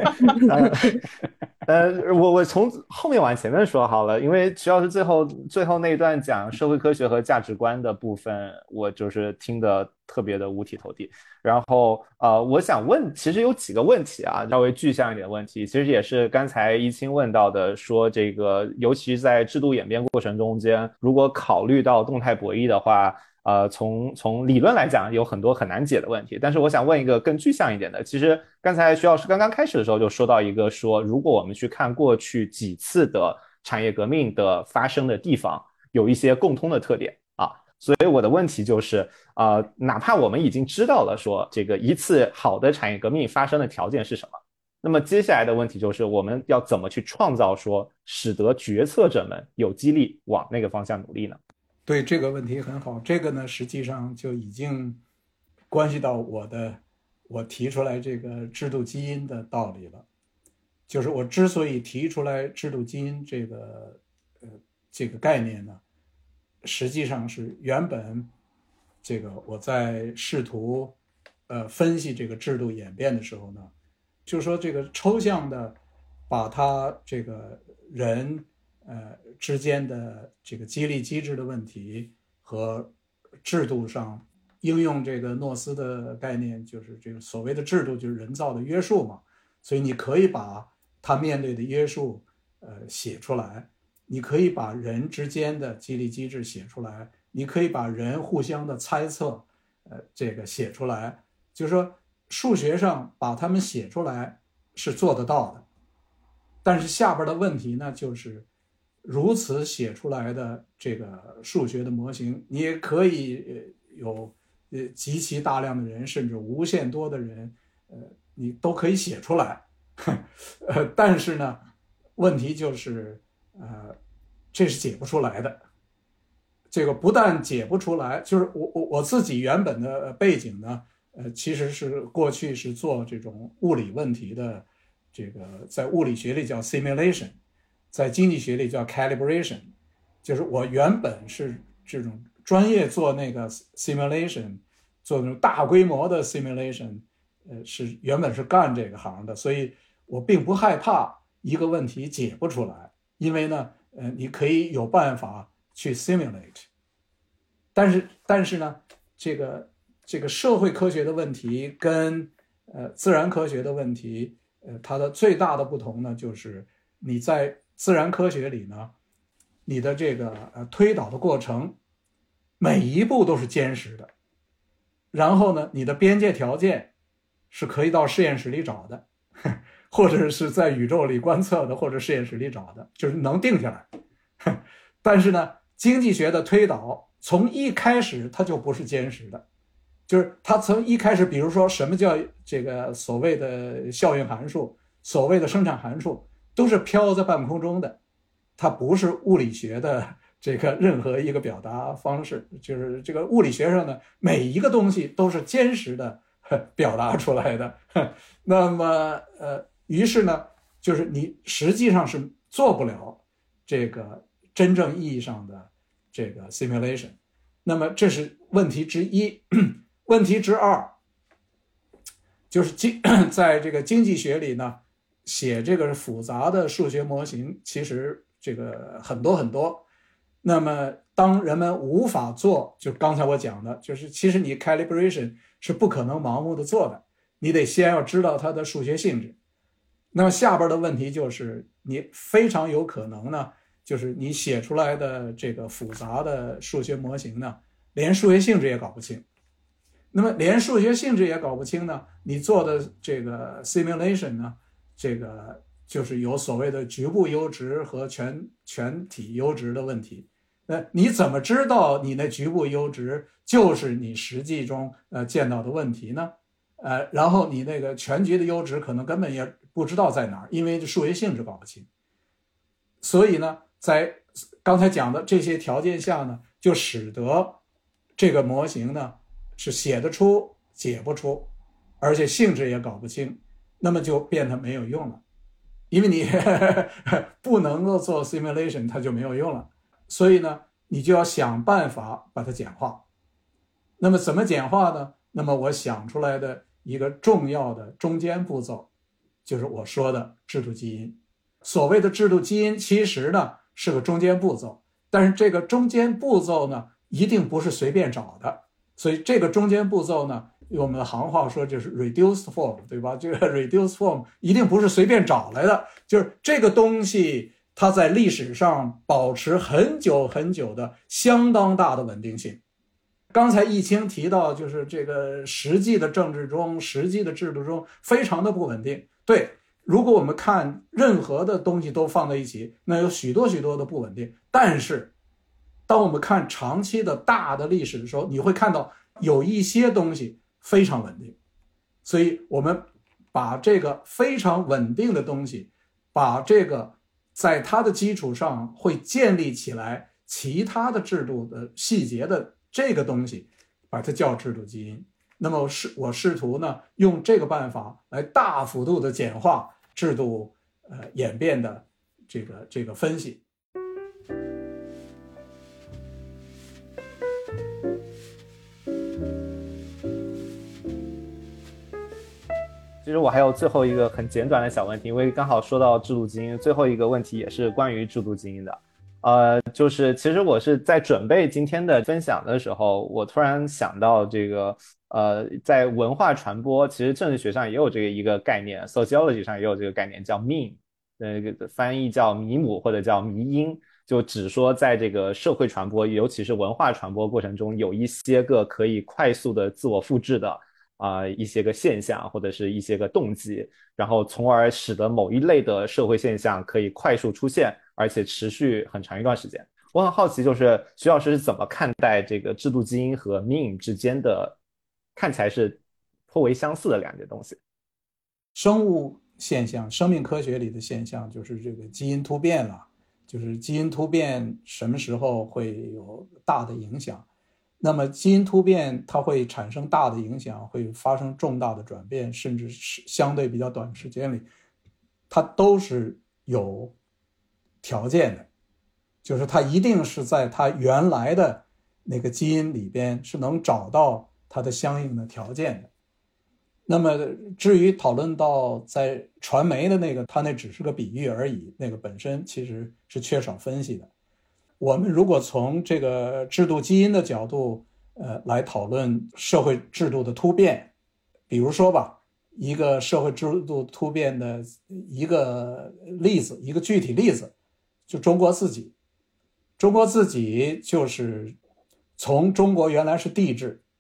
我从后面往前面说好了，因为徐老师最后那一段讲社会科学和价值观的部分，我就是听得特别的五体投地。然后我想问，其实有几个问题稍微具象一点的问题，其实也是刚才一清问到的，说这个尤其在制度演变过程中间，如果考虑到动态博弈的话，从理论来讲有很多很难解的问题，但是我想问一个更具象一点的。其实刚才徐老师刚刚开始的时候就说到一个，说如果我们去看过去几次的产业革命的发生的地方，有一些共通的特点所以我的问题就是哪怕我们已经知道了说这个一次好的产业革命发生的条件是什么，那么接下来的问题就是我们要怎么去创造说使得决策者们有激励往那个方向努力呢？ 对，这个问题很好，这个呢实际上就已经关系到我提出来这个制度基因的道理了。就是我之所以提出来制度基因这个概念呢，实际上是原本这个我在试图分析这个制度演变的时候呢，就是说这个抽象的把它这个人之间的这个激励机制的问题和制度上应用这个诺斯的概念，就是这个所谓的制度就是人造的约束嘛，所以你可以把他面对的约束写出来，你可以把人之间的激励机制写出来，你可以把人互相的猜测这个写出来，就是说数学上把它们写出来是做得到的，但是下边的问题呢，就是如此写出来的这个数学的模型，你也可以有极其大量的人，甚至无限多的人你都可以写出来但是呢问题就是这是解不出来的。这个不但解不出来，就是我自己原本的背景呢其实是过去是做这种物理问题的，这个在物理学里叫 simulation， 在经济学里叫 calibration， 就是我原本是这种专业做那个 simulation， 做那种大规模的 simulation，是原本是干这个行的，所以我并不害怕一个问题解不出来，因为呢你可以有办法去 simulate。 但是呢这个社会科学的问题跟自然科学的问题它的最大的不同呢，就是你在自然科学里呢，你的这个推导的过程每一步都是坚实的， 然后呢，你的边界条件是可以到实验室里找的，或者是在宇宙里观测的，或者实验室里找的，就是能定下来。但是呢，经济学的推导从一开始它就不是坚实的，就是它从一开始，比如说什么叫这个所谓的效应函数，所谓的生产函数，都是飘在半空中的，它不是物理学的这个任何一个表达方式，就是这个物理学上的每一个东西都是坚实的表达出来的。那么于是呢，就是你实际上是做不了这个真正意义上的这个 simulation。那么这是问题之一。问题之二，就是在这个经济学里呢，写这个复杂的数学模型，其实这个很多很多。那么当人们无法做，就刚才我讲的，就是其实你 calibration 是不可能盲目的做的，你得先要知道它的数学性质。那么下边的问题就是，你非常有可能呢，就是你写出来的这个复杂的数学模型呢，连数学性质也搞不清。那么连数学性质也搞不清呢，你做的这个 simulation 呢，这个就是有所谓的局部优值和全体优值的问题。那你怎么知道你那局部优值就是你实际中见到的问题呢？然后你那个全局的优值可能根本也不知道在哪儿，因为数学性质搞不清。所以呢，在刚才讲的这些条件下呢，就使得这个模型呢是写得出解不出，而且性质也搞不清，那么就变得没有用了。因为你不能够做 simulation， 它就没有用了。所以呢，你就要想办法把它简化。那么怎么简化呢？那么我想出来的一个重要的中间步骤，就是我说的制度基因。所谓的制度基因其实呢是个中间步骤，但是这个中间步骤呢一定不是随便找的。所以这个中间步骤呢，用我们的行话说就是 reduced form， 对吧？这个 reduced form 一定不是随便找来的，就是这个东西它在历史上保持很久很久的相当大的稳定性。刚才易清提到，就是这个实际的政治中，实际的制度中非常的不稳定。对，如果我们看任何的东西都放在一起，那有许多许多的不稳定。但是当我们看长期的大的历史的时候，你会看到有一些东西非常稳定。所以我们把这个非常稳定的东西，把这个在它的基础上会建立起来其他的制度的细节的这个东西，把它叫制度基因。那么我试图呢用这个办法来大幅度的简化制度演变的这个分析。 其实我还有最后一个很简短的小问题，因为刚好说到制度基因，最后一个问题也是关于制度基因的。就是其实我是在准备今天的分享的时候，我突然想到这个在文化传播，其实政治学上也有这个一个概念 ，sociology 上也有这个概念叫 meme， 翻译叫迷母或者叫迷因，就只说在这个社会传播，尤其是文化传播过程中，有一些个可以快速的自我复制的一些个现象或者是一些个动机，然后从而使得某一类的社会现象可以快速出现，而且持续很长一段时间。我很好奇，就是徐老师是怎么看待这个制度基因和 meme 之间的看起来是颇为相似的两件东西？ 生物现象，生命科学里的现象就是这个基因突变了，就是基因突变什么时候会有大的影响。那么基因突变它会产生大的影响，会发生重大的转变，甚至是相对比较短时间里，它都是有条件的，就是它一定是在它原来的那个基因里边是能找到它的相应的条件的。那么至于讨论到在传媒的那个，它那只是个比喻而已，那个本身其实是缺少分析的。我们如果从这个制度基因的角度来讨论社会制度的突变，比如说吧，一个社会制度突变的一个例子，一个具体例子，就中国自己。中国自己就是从中国原来是帝制，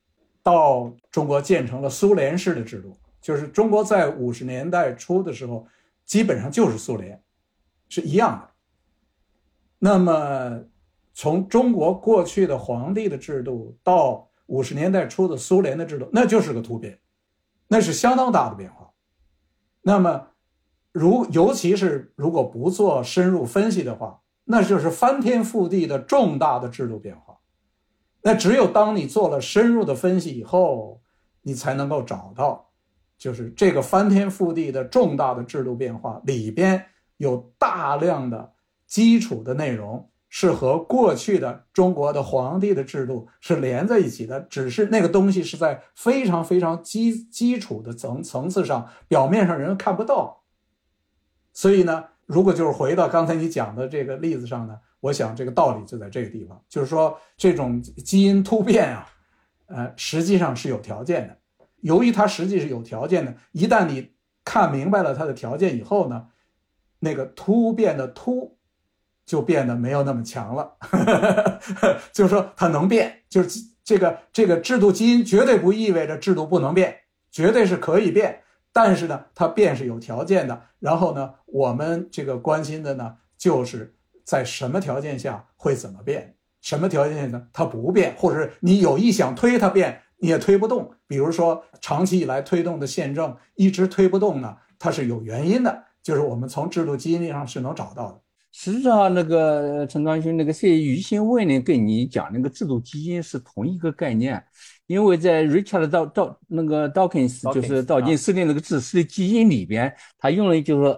到中国建成了苏联式的制度，就是中国在50年代初的时候基本上就是苏联，是一样的。那么从中国过去的皇帝的制度到50年代初的苏联的制度，那就是个突变，那是相当大的变化。那么尤其是如果不做深入分析的话，那就是翻天覆地的重大的制度变化。那只有当你做了深入的分析以后，你才能够找到，就是这个翻天覆地的重大的制度变化里边有大量的基础的内容是和过去的中国的皇帝的制度是连在一起的，只是那个东西是在非常非常基础的层次上，表面上人看不到。所以呢，如果就是回到刚才你讲的这个例子上呢，我想这个道理就在这个地方，就是说这种基因突变啊，实际上是有条件的。由于它实际是有条件的，一旦你看明白了它的条件以后呢，那个突变的突就变得没有那么强了。就是说它能变，就是这个制度基因绝对不意味着制度不能变，绝对是可以变，但是呢它变是有条件的。然后呢我们这个关心的呢就是在什么条件下会怎么变，什么条件下呢它不变，或者是你有意想推它变你也推不动。比如说长期以来推动的宪政一直推不动呢，它是有原因的，就是我们从制度基因上是能找到的。 实际上，那个陈传勋那个谢余新问呢，跟你讲那个制度基因是同一个概念，因为在 Richard Dawkins 就是道金斯的那个自私的基因里边，他用了就是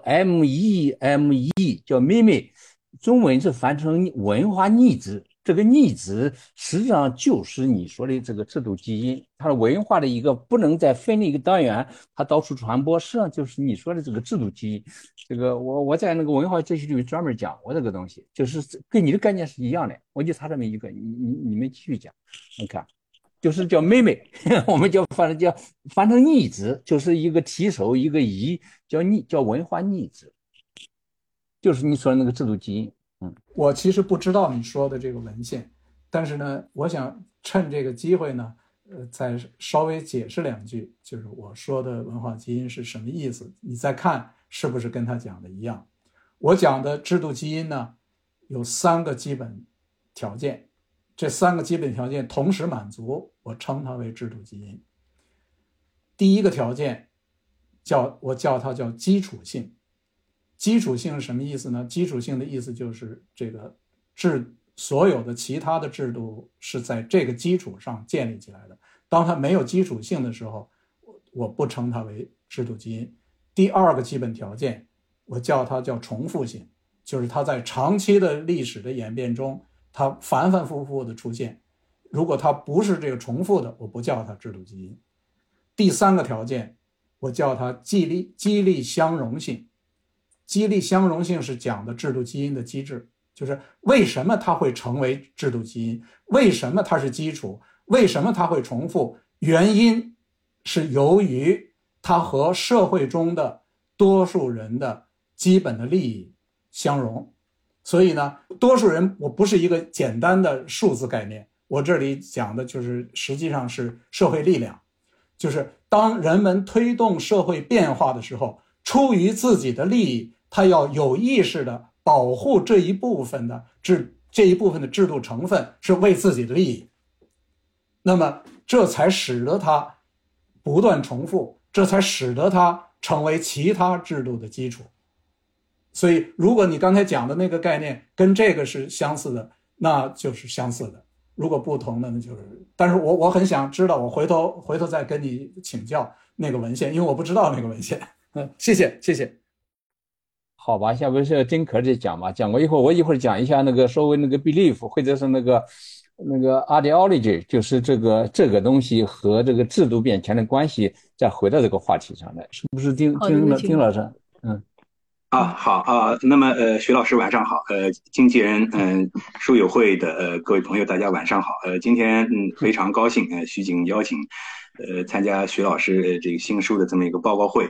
MEME 叫妹妹，中文是翻成文化逆子。这个逆子实际上就是你说的这个制度基因，它的文化的一个不能再分的一个单元，它到处传播，实际上就是你说的这个制度基因。这个我在那个文化哲学里专门讲过这个东西，就是跟你的概念是一样的，我就差这么一个，你们继续讲。你看，就是叫妹妹，我们反正翻成逆子，就是一个提手一个移，叫文化逆子，就是你说的那个制度基因。 我其实不知道你说的这个文献，但是呢，我想趁这个机会呢，再稍微解释两句，就是我说的文化基因是什么意思，你再看是不是跟他讲的一样。我讲的制度基因呢，有3个基本条件，这3个基本条件同时满足，我称它为制度基因。第一个条件我叫它叫基础性。基础性是什么意思呢？基础性的意思就是这个所有的其他的制度是在这个基础上建立起来的。当它没有基础性的时候，我不称它为制度基因。第2个基本条件，我叫它叫重复性，就是它在长期的历史的演变中，它反反复复的出现。如果它不是这个重复的，我不叫它制度基因。第3个条件，我叫它激励相容性。激励相容性是讲的制度基因的机制，就是为什么它会成为制度基因，为什么它是基础，为什么它会重复，原因是由于它和社会中的多数人的基本的利益相容。所以呢，多数人我不是一个简单的数字概念，我这里讲的就是实际上是社会力量，就是当人们推动社会变化的时候，出于自己的利益，他要有意识的保护这一部分的制度成分，是为自己的利益。那么这才使得它不断重复，这才使得它成为其他制度的基础。所以如果你刚才讲的那个概念跟这个是相似的，那就是相似的，如果不同的那就是，但是我很想知道，我回头再跟你请教那个文献，因为我不知道那个文献。谢谢。 好吧，下面是丁可再讲吧。讲过以后，我一会儿讲一下那个所谓那个 belief， 或者是那个 ideology， 就是这个东西和这个制度变迁的关系，再回到这个话题上来，是不是丁老师？ 好那么徐老师晚上好，经纪人书友会的各位朋友大家晚上好，今天非常高兴徐景邀请参加徐老师这个新书的这么一个报告会。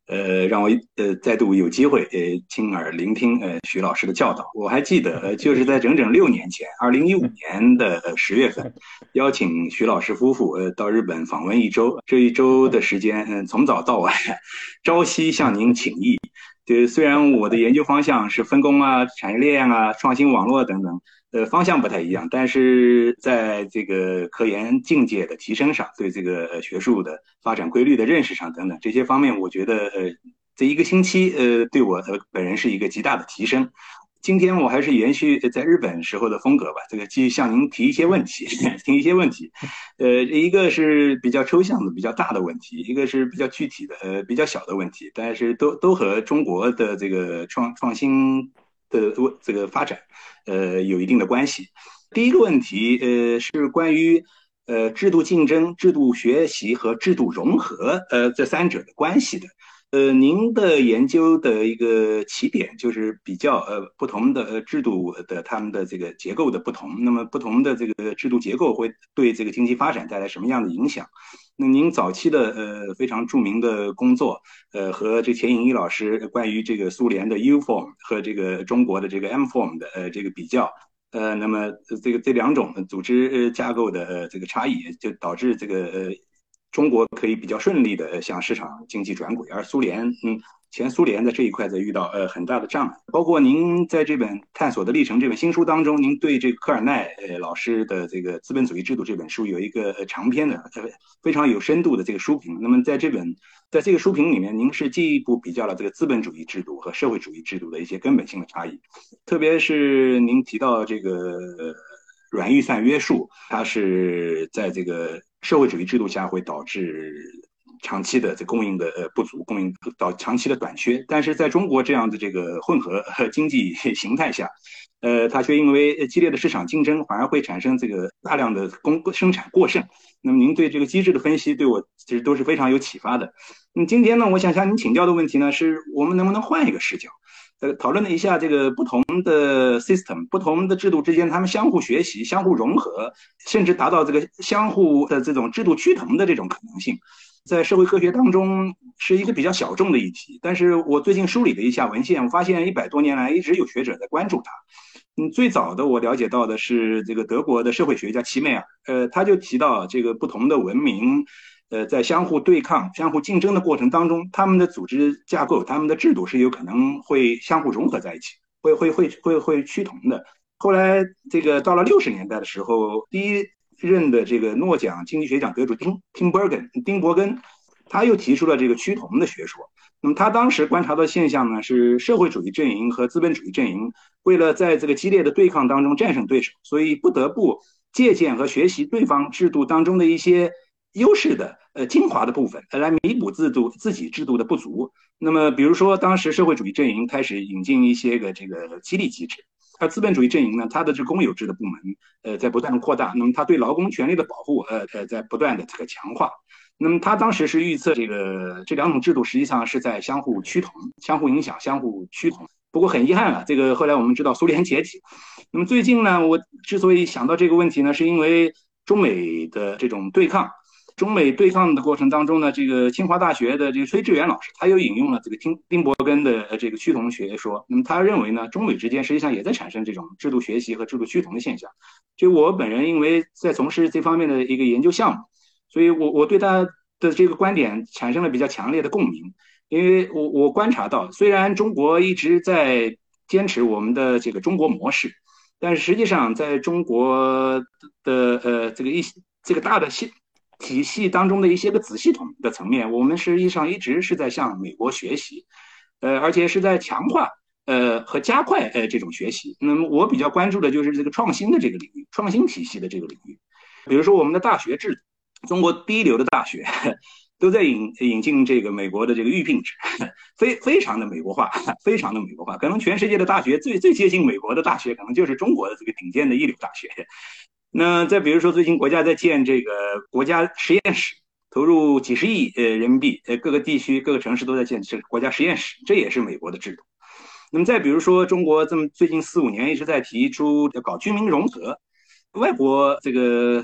让我再度有机会亲耳聆听徐老师的教导。我还记得就是在整整6年前，2015年的10月份，邀请徐老师夫妇到日本访问1周，这1周的时间，从早到晚，朝夕向您请益。虽然我的研究方向是分工啊、产业链啊、创新网络等等，方向不太一样，但是在这个科研境界的提升上，对这个学术的发展规律的认识上等等这些方面，我觉得这1个星期对我本人是一个极大的提升。今天我还是延续在日本时候的风格吧，这个继续向您提一些问题，提一些问题。一个是比较抽象的、比较大的问题，一个是比较具体的、比较小的问题，但是都和中国的这个创新的这个发展，有一定的关系。第一个问题，是关于制度竞争、制度学习和制度融合这3者的关系的。您的研究的一个起点就是比较不同的制度的它们的这个结构的不同，那么不同的这个制度结构会对这个经济发展带来什么样的影响？那您早期的非常著名的工作，和这钱颖一老师关于这个苏联的 U form 和这个中国的这个 M form 的这个比较，那么这2种组织架构的这个差异，就导致这个中国可以比较顺利的向市场经济转轨，而苏联，前苏联在这一块在遇到很大的障碍。包括您在这本《探索的历程》这本新书当中，您对这个科尔奈老师的这个《资本主义制度》这本书有一个长篇的非常有深度的这个书评。那么在这个书评里面，您是进一步比较了这个资本主义制度和社会主义制度的一些根本性的差异，特别是您提到这个软预算约束，它是在这个社会主义制度下会导致长期的这供应的不足，供应到长期的短缺。但是在中国这样的这个混合经济形态下，它却因为激烈的市场竞争，反而会产生这个大量的生产过剩。那么您对这个机制的分析，对我其实都是非常有启发的。今天呢，我想向您请教的问题呢，是我们能不能换一个视角，讨论了一下这个不同的 system、不同的制度之间，他们相互学习、相互融合，甚至达到这个相互的这种制度趋同的这种可能性。在社会科学当中是一个比较小众的议题，但是我最近梳理了一下文献，我发现100多年来一直有学者在关注它。最早的我了解到的是这个德国的社会学家齐梅尔，他就提到这个不同的文明，在相互对抗、相互竞争的过程当中，他们的组织架构、他们的制度是有可能会相互融合在一起，会趋同的。后来这个到了60年代的时候，第一任的这个诺奖经济学奖得主丁伯根，他又提出了这个趋同的学说。那么他当时观察到的现象呢，是社会主义阵营和资本主义阵营为了在这个激烈的对抗当中战胜对手，所以不得不借鉴和学习对方制度当中的一些优势的精华的部分，来弥补自己制度的不足。那么比如说当时社会主义阵营开始引进一些个这个激励机制，而资本主义阵营呢，它的这公有制的部门在不断的扩大，那么它对劳工权利的保护在不断的这个强化。那么他当时是预测这2种制度实际上是在相互趋同、相互影响、相互趋同。不过很遗憾了，这个后来我们知道苏联解体。那么最近呢，我之所以想到这个问题呢，是因为中美的这种对抗。中美对抗的过程当中呢，这个清华大学的这个崔志远老师，他又引用了这个丁伯根的这个趋同学说。那么他认为呢，中美之间实际上也在产生这种制度学习和制度趋同的现象。就我本人因为在从事这方面的一个研究项目，所以我对他的这个观点产生了比较强烈的共鸣。因为我观察到，虽然中国一直在坚持我们的这个中国模式，但是实际上在中国的这个大的体系当中的一些个子系统的层面，我们实际上一直是在向美国学习，而且是在强化和加快这种学习。那么我比较关注的就是这个创新的这个领域，创新体系的这个领域。比如说我们的大学制度，中国第一流的大学都在引进这个美国的这个预聘制，非常的美国化，非常的美国化。可能全世界的大学最接近美国的大学，可能就是中国的这个顶尖的一流大学。那再比如说，最近国家在建这个国家实验室，投入几十亿人民币，各个地区、各个城市都在建这个国家实验室，这也是美国的制度。那么再比如说，中国这么最近4、5年一直在提出搞居民融合，外国这个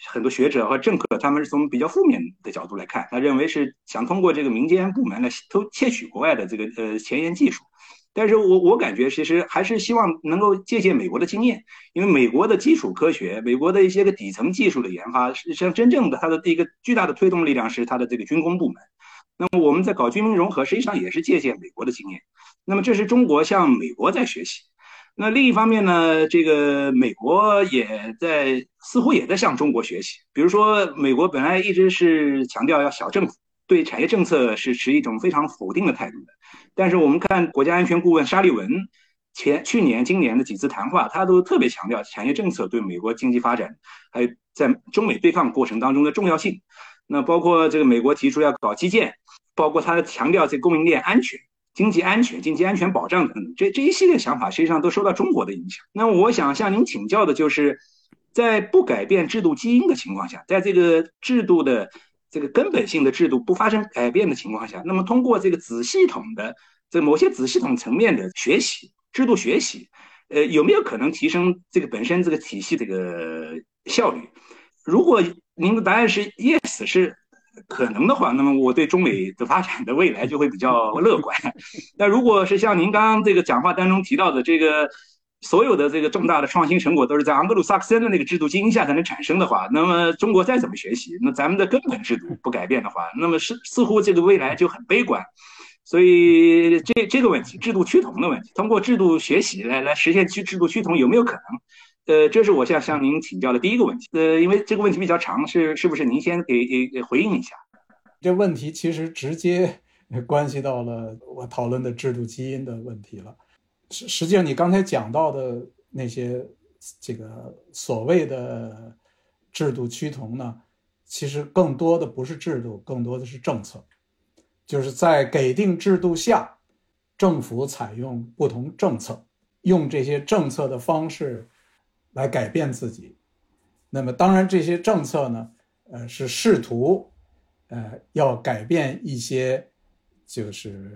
很多学者和政客他们是从比较负面的角度来看，他认为是想通过这个民间部门来窃取国外的这个前沿技术。但是我感觉其实还是希望能够借鉴美国的经验，因为美国的基础科学，美国的一些个底层技术的研发，实际上真正的它的一个巨大的推动力量是它的这个军工部门。那么我们在搞军民融合，实际上也是借鉴美国的经验。那么这是中国向美国在学习。那另一方面呢，这个美国似乎也在向中国学习。比如说，美国本来一直是强调要小政府，对产业政策是持一种非常否定的态度的。但是我们看国家安全顾问沙利文去年、今年的几次谈话，他都特别强调产业政策对美国经济发展，还有在中美对抗过程当中的重要性。那包括这个美国提出要搞基建，包括他强调这供应链安全、经济安全保障等等，这一系列想法实际上都受到中国的影响。那我想向您请教的就是，在不改变制度基因的情况下，在这个制度的这个根本性的制度不发生改变的情况下，那么通过这个某些子系统层面的学习，制度学习，有没有可能提升这个本身这个体系这个效率？如果您的答案是 yes 是可能的话，那么我对中美的发展的未来就会比较乐观。但如果是像您刚刚这个讲话当中提到的这个所有的这个重大的创新成果都是在盎格鲁撒克森的那个制度基因下才能产生的话，那么中国再怎么学习，那咱们的根本制度不改变的话，那么似乎这个未来就很悲观。所以这个问题，制度趋同的问题，通过制度学习来实现制度趋同有没有可能？这是我想向您请教的第一个问题。因为这个问题比较长，是不是您先给回应一下？ 这问题其实直接关系到了我讨论的制度基因的问题了。实际上，你刚才讲到的那些这个所谓的制度趋同呢，其实更多的不是制度，更多的是政策。就是在给定制度下，政府采用不同政策，用这些政策的方式来改变自己。那么当然这些政策呢，是试图要改变一些制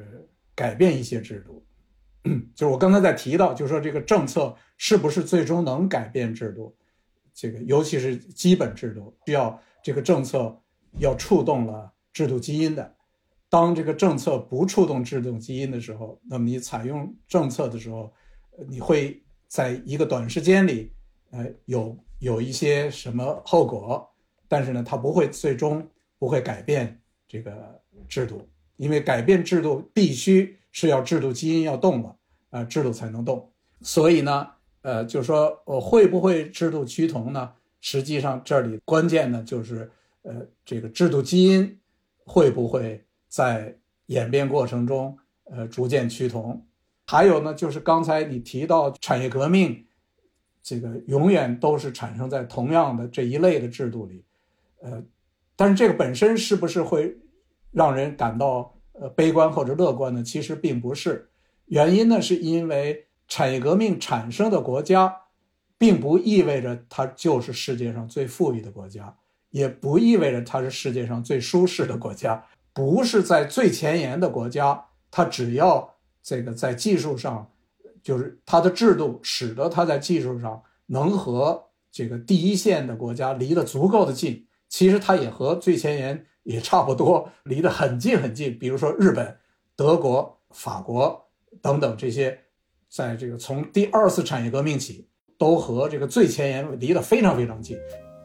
度。就是我刚才在提到，就是说这个政策是不是最终能改变制度，这个尤其是基本制度，需要这个政策要触动了制度基因的。当这个政策不触动制度基因的时候，那么你采用政策的时候，你会在一个短时间里有一些什么后果，但是呢它最终不会改变这个制度，因为改变制度必须是要制度基因要动了，制度才能动。所以呢就是说会不会制度趋同呢？实际上这里关键呢就是这个制度基因会不会在演变过程中逐渐趋同。还有呢就是刚才你提到产业革命，这个永远都是产生在同样的这一类的制度里，但是这个本身是不是会让人感到悲观或者乐观呢？其实并不是。原因呢是因为产业革命产生的国家并不意味着它就是世界上最富裕的国家，也不意味着它是世界上最舒适的国家。不是在最前沿的国家，它只要这个在技术上，就是它的制度使得它在技术上能和这个第一线的国家离得足够的近，其实它也和最前沿也差不多，离得很近很近。比如说日本、德国、法国等等这些，在这个从第二次产业革命起，都和这个最前沿离得非常非常近。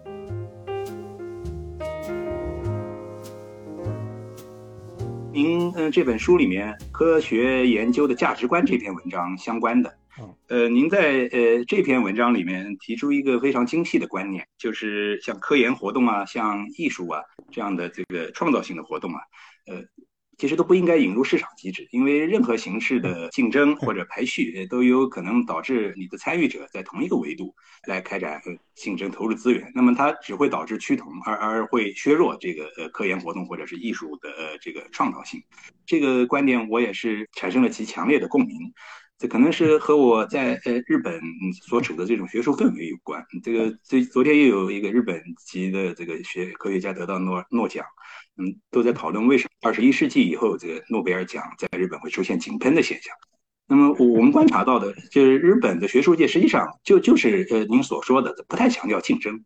您这本书里面科学研究的价值观这篇文章相关的，您在这篇文章里面提出一个非常精细的观念，就是像科研活动啊，像艺术啊这样的这个创造性的活动啊，其实都不应该引入市场机制，因为任何形式的竞争或者排序都有可能导致你的参与者在同一个维度来开展竞争投入资源，那么它只会导致趋同，而会削弱这个科研活动或者是艺术的这个创造性。这个观点我也是产生了极强烈的共鸣。这可能是和我在日本所处的这种学术氛围有关。昨天又有一个日本籍的这个科学家得到诺奖，都在讨论为什么21世纪以后这个诺贝尔奖在日本会出现井喷的现象。那么我们观察到的就是日本的学术界实际上就是您所说的不太强调竞争，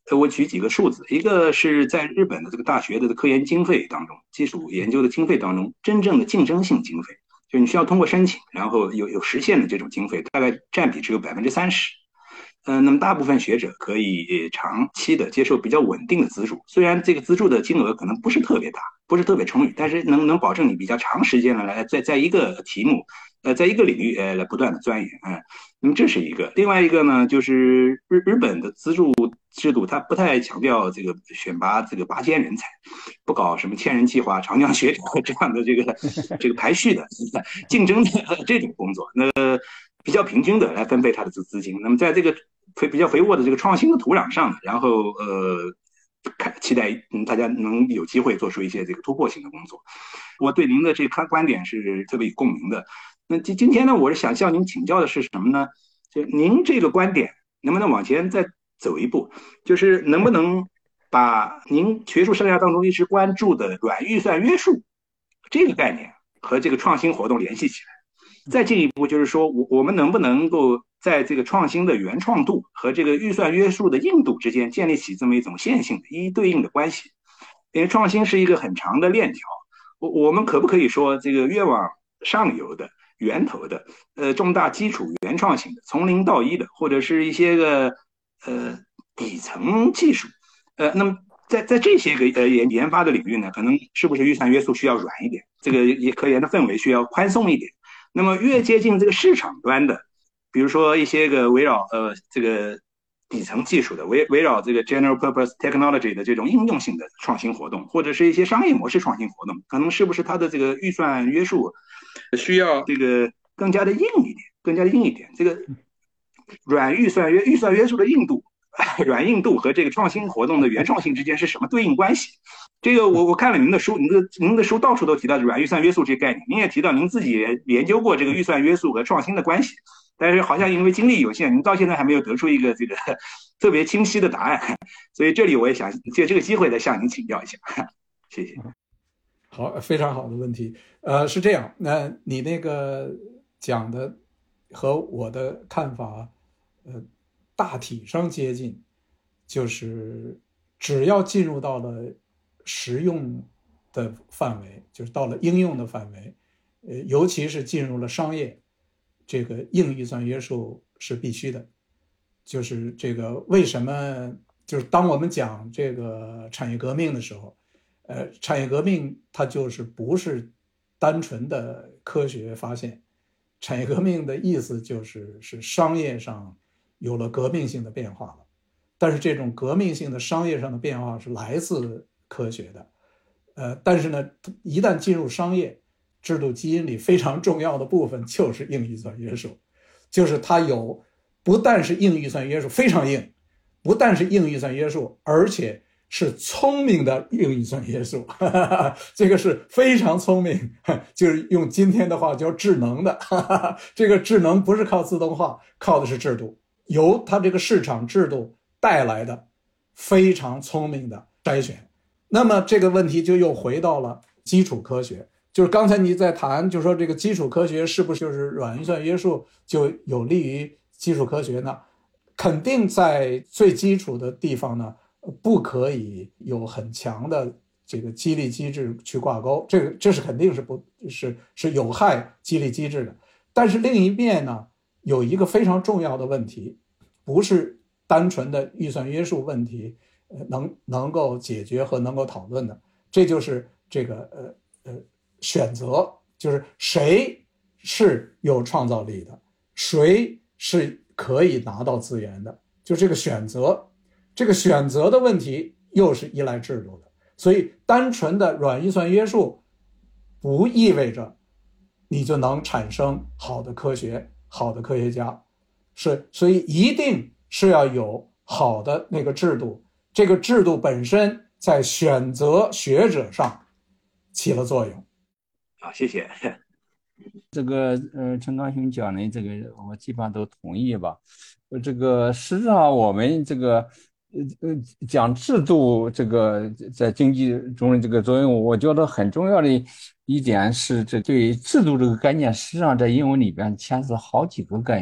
我举几个数字，一个是在日本的这个大学的科研经费当中，基础研究的经费当中，真正的竞争性经费，就你需要通过申请，然后有实现的这种经费，大概占比只有30%。那么大部分学者可以长期的接受比较稳定的资助，虽然这个资助的金额可能不是特别大，不是特别充裕，但是能保证你比较长时间的来在一个题目，在一个领域来不断的钻研那么这是一个。另外一个呢，就是日本的资助制度，它不太强调这个选拔这个拔尖人才，不搞什么千人计划、长江学者这样的这个排序的竞争的这种工作，那比较平均的来分配它的资金。那么在这个比较肥沃的这个创新的土壤上，然后期待大家能有机会做出一些这个突破性的工作。我对您的这个观点是特别有共鸣的。那今天呢，我是想向您请教的是什么呢？就您这个观点能不能往前再走一步，就是能不能把您学术生涯当中一直关注的软预算约束这个概念和这个创新活动联系起来？再进一步就是说，我们能不能够在这个创新的原创度和这个预算约束的硬度之间建立起这么一种线性的一一对应的关系？因为创新是一个很长的链条，我们可不可以说，这个越往上游的源头的重大基础原创性的从零到一的，或者是一些个底层技术，那么在这些个研发的领域呢，可能是不是预算约束需要软一点，这个科研的氛围需要宽松一点？那么越接近这个市场端的，比如说一些个围绕这个底层技术的，围绕这个 general purpose technology 的这种应用性的创新活动，或者是一些商业模式创新活动，可能是不是它的这个预算约束需要这个更加的硬一点，更加的硬一点？这个软预算约束的硬度，软硬度和这个创新活动的原创性之间是什么对应关系？这个我看了您的书，您的书到处都提到软预算约束这个概念，您也提到您自己研究过这个预算约束和创新的关系，但是好像因为精力有限，您到现在还没有得出一个这个特别清晰的答案，所以这里我也想借这个机会再向您请教一下，谢谢。 好，非常好的问题。是这样，那你那个讲的和我的看法，大体上接近，就是只要进入到了实用的范围，就是到了应用的范围，尤其是进入了商业，这个硬预算约束是必须的。就是这个为什么？就是当我们讲这个产业革命的时候，产业革命它就是不是单纯的科学发现，产业革命的意思就是商业上有了革命性的变化了，但是这种革命性的商业上的变化是来自科学的，但是呢，一旦进入商业，制度基因里非常重要的部分就是硬预算约束，就是它有不但是硬预算约束非常硬，不但是硬预算约束，而且是聪明的硬预算约束，这个是非常聪明，就是用今天的话叫智能的，这个智能不是靠自动化，靠的是制度，由它这个市场制度带来的非常聪明的筛选。那么这个问题就又回到了基础科学，就是刚才你在谈，就说这个基础科学是不是就是软预算约束就有利于基础科学呢？肯定在最基础的地方呢，不可以有很强的这个激励机制去挂钩，这是肯定是有害激励机制的。但是另一面呢，有一个非常重要的问题，不是单纯的预算约束问题能够解决和能够讨论的，这就是这个选择，就是谁是有创造力的，谁是可以拿到资源的，就这个选择，这个选择的问题又是依赖制度的。所以单纯的软预算约束不意味着你就能产生好的科学、好的科学家，所以一定是要有好的那个制度，这个制度本身在选择学者上起了作用。 好，谢谢。 这个陈刚兄讲的这个我基本上都同意吧。这个实际上我们这个讲制度，这个在经济中的这个作用，我觉得很重要的一点是，这对制度这个概念，实际上在英文里边牵涉好几个概念。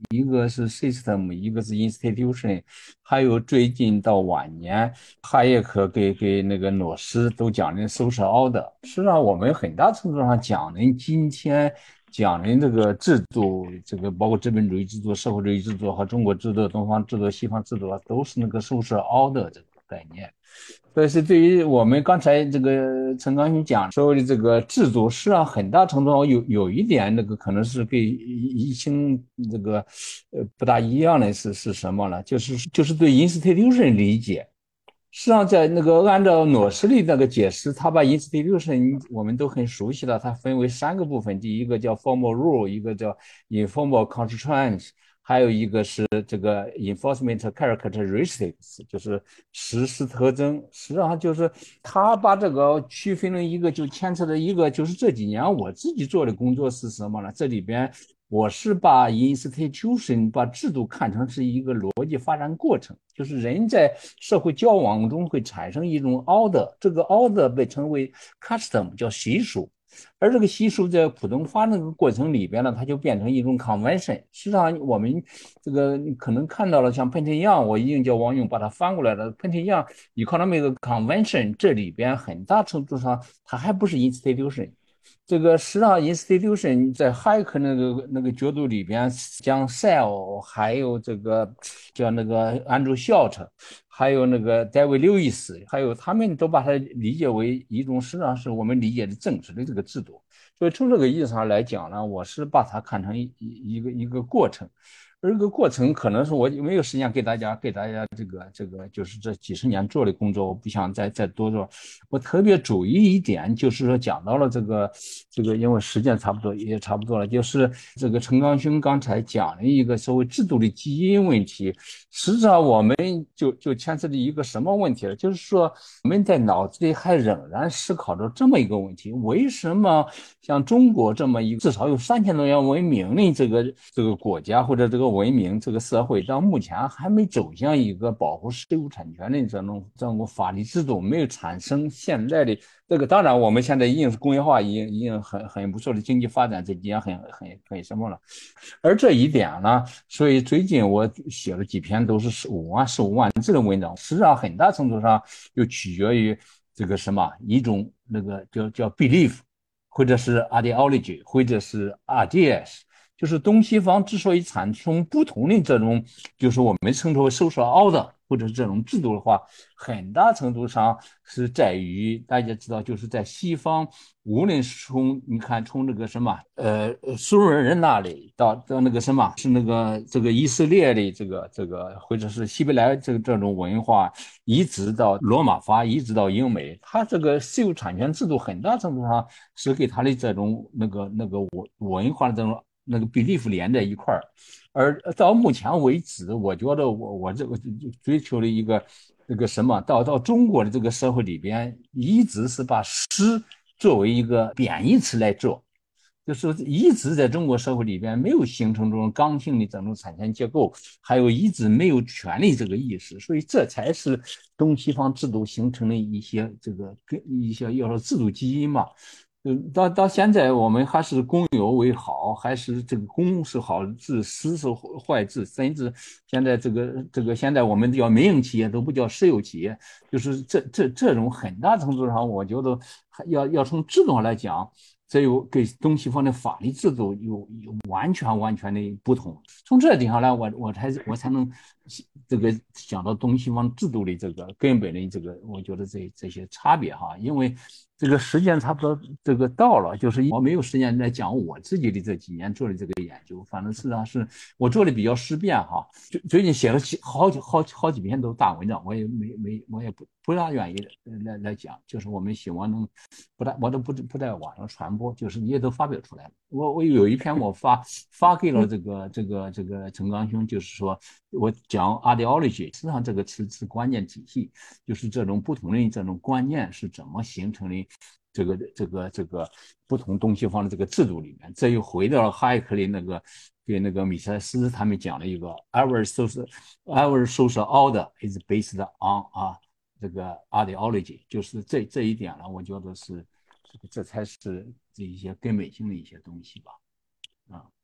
一个是 system， 一个是 institution， 还有最近到晚年，哈耶克给那个诺斯都讲的 social order。实际上，我们很大程度上讲的今天讲的这个制度，这个包括资本主义制度、社会主义制度和中国制度、东方制度、西方制度，都是那个 social order 这个概念。但是对于我们刚才这个陈刚勋讲所谓的这个制度，实际上很大程度上有一点那个可能是跟疫情这个不大一样的是什么呢？就是对 institution 理解。实际上在那个按照诺斯利那个解释，他把 institution 我们都很熟悉了，它分为3个部分，第一个叫 formal rule， 一个叫 informal constraints，还有一个是这个 enforcement characteristics， 就是实施特征。实际上就是他把这个区分了一个，就牵扯的一个，就是这几年我自己做的工作是什么呢？这里边我是把 institution 把制度看成是一个逻辑发展过程，就是人在社会交往中会产生一种 order， 这个 order 被称为 custom， 叫习俗。而这个习俗在普通话那个过程里边呢，它就变成一种 convention。实际上，我们这个你可能看到了，像 Penton， 我已经叫王勇把它翻过来了。Penton economic convention 这里边很大程度上它还不是 institution。这个实际上 institution 在哈耶克那个角度里边，将 Sell 还有这个叫那个 Andrew Short， 还有那个 David Lewis， 还有他们都把它理解为一种实际上是我们理解的政治的这个制度。所以从这个意义上来讲呢，我是把它看成一个过程。而这个过程可能是我没有时间给大家这个就是这几十年做的工作，我不想再多做。我特别注意一点，就是说讲到了这个，因为时间也差不多了，就是这个陈刚勋刚才讲了一个所谓制度的基因问题。实际上我们就牵扯的一个什么问题了？就是说我们在脑子里还仍然思考着这么一个问题：为什么像中国这么一个至少有3000多年文明的这个国家或者这个文明这个社会，到目前还没走向一个保护私有产权的这种法律制度，没有产生现在的这个。当然，我们现在已经是工业化，已经很不错的经济发展，这几年很什么了。而这一点呢，所以最近我写了几篇都是15万字的文章，实际上很大程度上就取决于这个什么一种那个叫 belief， 或者是 ideology， 或者是 ideas。就是东西方之所以产生不同的这种，就是我们称之为 social order 或者是这种制度的话，很大程度上是在于大家知道，就是在西方，无论是从这个什么苏尔人那里到那个什么是那个这个以色列的这个或者是希伯来这种文化，一直到罗马法，一直到英美，它这个私有产权制度很大程度上是给它的这种那个文化的这种那个 belief 连在一块儿。而到目前为止，我觉得我这个追求的一个这个什么，到中国的这个社会里边，一直是把诗作为一个贬义词来做，就是一直在中国社会里边没有形成这种刚性的这种产权结构，还有一直没有权利这个意识，所以这才是东西方制度形成的一些要说制度基因嘛。到现在我们还是公有为好，还是这个公是好治，私是坏治，甚至现在这个现在我们叫民营企业都不叫私有企业，就是这种很大程度上，我觉得要从制度上来讲，这有跟东西方的法律制度有完全的不同。从这地方来，我才能这个讲到东西方制度的这个根本的这个，我觉得这些差别哈，因为这个时间差不多这个到了，就是我没有时间来讲我自己的这几年做的这个研究，反正实际上是我做的比较思辨哈。最近写了好几篇都大文章，我也不大愿意来讲，就是我们希望能我都不在网上传播，就是也都发表出来了。我有一篇我发给了这个陈刚兄，就是说我讲 ideology， 实际上这个词是关键体系，就是这种不同的这种观念是怎么形成的。这个不同东西方的这个制度里面，这又回到了哈耶克的给那个米塞斯他们讲了一个 our social order is based on 这个 ideology， 就是这一点呢，我觉得是这才是这一些根本性的一些东西吧。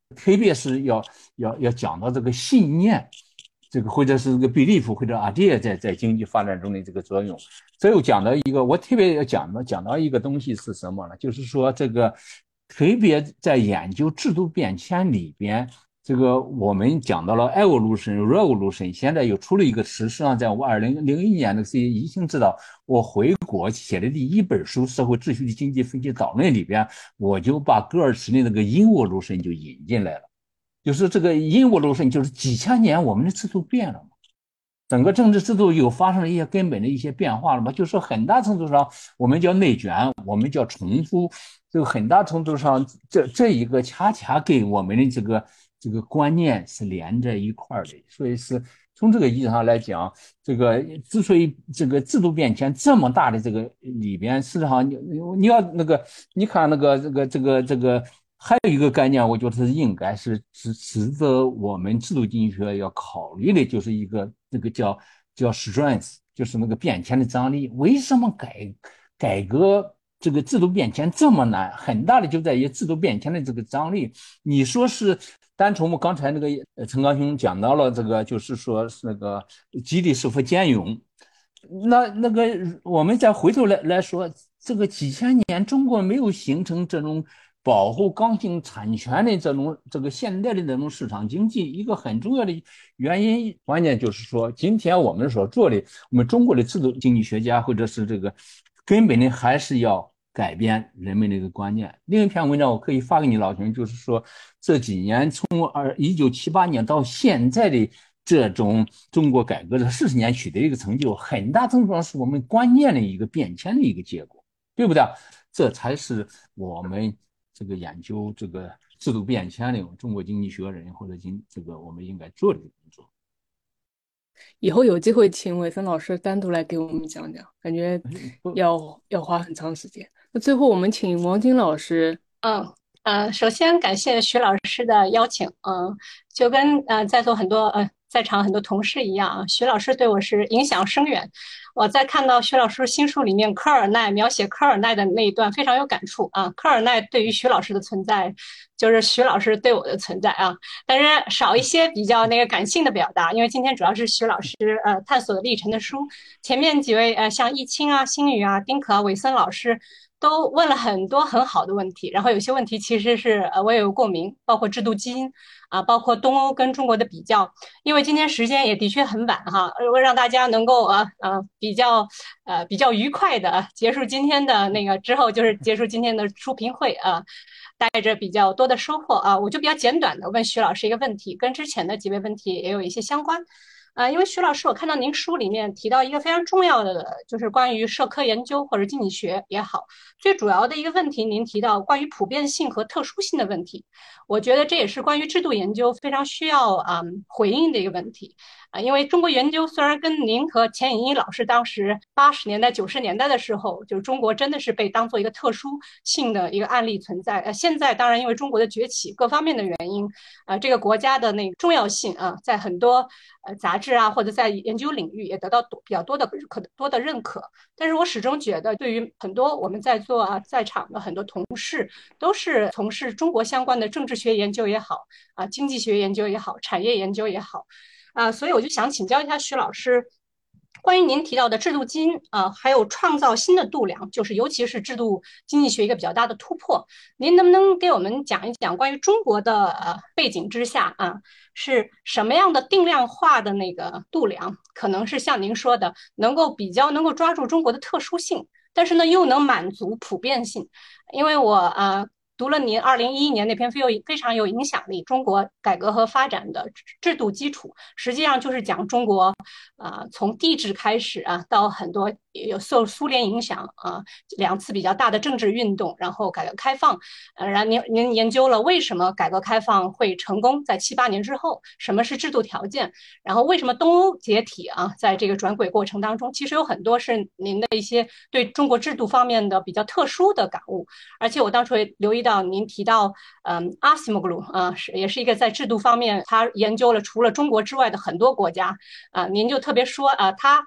特别是要讲到这个信念，这个或者是这个 belief 或者 idea 在经济发展中的这个作用。所以我讲到一个，我特别要讲到一个东西是什么呢？就是说这个特别在研究制度变迁里边，这个我们讲到了 evolution， 现在又出了一个词，实际上在我2001年的时候已经知道，我回国写的第一本书《社会秩序的经济分析导论》里边，我就把戈尔茨的那个 evolution 就引进来了。就是这个 evolution 就是几千年我们的制度变了嘛，整个政治制度有发生了一些根本的一些变化了嘛，就是说很大程度上我们叫内卷，我们叫重复，这个很大程度上这一个恰恰给我们的这个观念是连在一块的，所以是从这个意义上来讲，这个之所以这个制度变迁这么大的这个里边，事实上你要那个你看那个这个还有一个概念，我觉得是应该是值得我们制度经济学要考虑的，就是一个这个叫 strength， 就是那个变迁的张力。为什么改革这个制度变迁这么难？很大的就在于制度变迁的这个张力。你说是单从我们刚才那个陈刚兄讲到了这个，就是说是那个激励是否兼容。那个我们再回头来说，这个几千年中国没有形成这种保护刚性产权的这个现代的这种市场经济，一个很重要的原因，关键就是说，今天我们所做的，我们中国的制度经济学家或者是这个根本的还是要改变人们的一个观念。另一篇文章我可以发给你老兄，就是说这几年从1978年到现在的这种中国改革的40年取得一个成就，很大程度上是我们观念的一个变迁的一个结果，对不对？这才是我们这个研究这个制度变迁的中国经济学人或者这个我们应该做的工作。 以后有机会请韦森老师单独来给我们讲讲，感觉要花很长时间。那最后我们请王晶老师。 首先感谢徐老师的邀请。就跟在座在场很多同事一样，徐老师对我是影响深远。我在看到徐老师新书里面科尔奈描写科尔奈的那一段非常有感触啊。科尔奈对于徐老师的存在，就是徐老师对我的存在啊。但是少一些比较那个感性的表达，因为今天主要是徐老师探索的历程的书。前面几位像易清啊、星宇啊、丁可啊、韦森老师都问了很多很好的问题，然后有些问题其实是我也有共鸣，包括制度基因啊，包括东欧跟中国的比较。因为今天时间也的确很晚哈，如果让大家能够比较愉快的结束今天的那个之后，就是结束今天的书评会啊，带着比较多的收获啊，我就比较简短的问徐老师一个问题，跟之前的几位问题也有一些相关。因为徐老师，我看到您书里面提到一个非常重要的，就是关于社科研究或者经济学也好，最主要的一个问题，您提到关于普遍性和特殊性的问题，我觉得这也是关于制度研究非常需要回应的一个问题。因为中国研究虽然跟您和钱颖一老师当时80年代、90年代的时候，就是中国真的是被当做一个特殊性的一个案例存在。现在当然因为中国的崛起，各方面的原因，这个国家的那个重要性在很多杂志啊或者在研究领域也得到比较多的认可。但是我始终觉得，对于很多我们在座在场的很多同事，都是从事中国相关的政治学研究也好经济学研究也好，产业研究也好。所以我就想请教一下徐老师，关于您提到的制度基因还有创造新的度量，就是尤其是制度经济学一个比较大的突破，您能不能给我们讲一讲关于中国的背景之下是什么样的定量化的那个度量，可能是像您说的能够抓住中国的特殊性，但是呢又能满足普遍性。因为我读了您2011年那篇非常有影响力中国改革和发展的制度基础，实际上就是讲中国从帝制开始到很多有受苏联影响2次比较大的政治运动，然后改革开放然后您研究了为什么改革开放会成功，在7、8年之后什么是制度条件，然后为什么东欧解体在这个转轨过程当中，其实有很多是您的一些对中国制度方面的比较特殊的感悟。而且我当初也留意到您提到阿西莫格鲁也是一个在制度方面他研究了除了中国之外的很多国家您就特别说他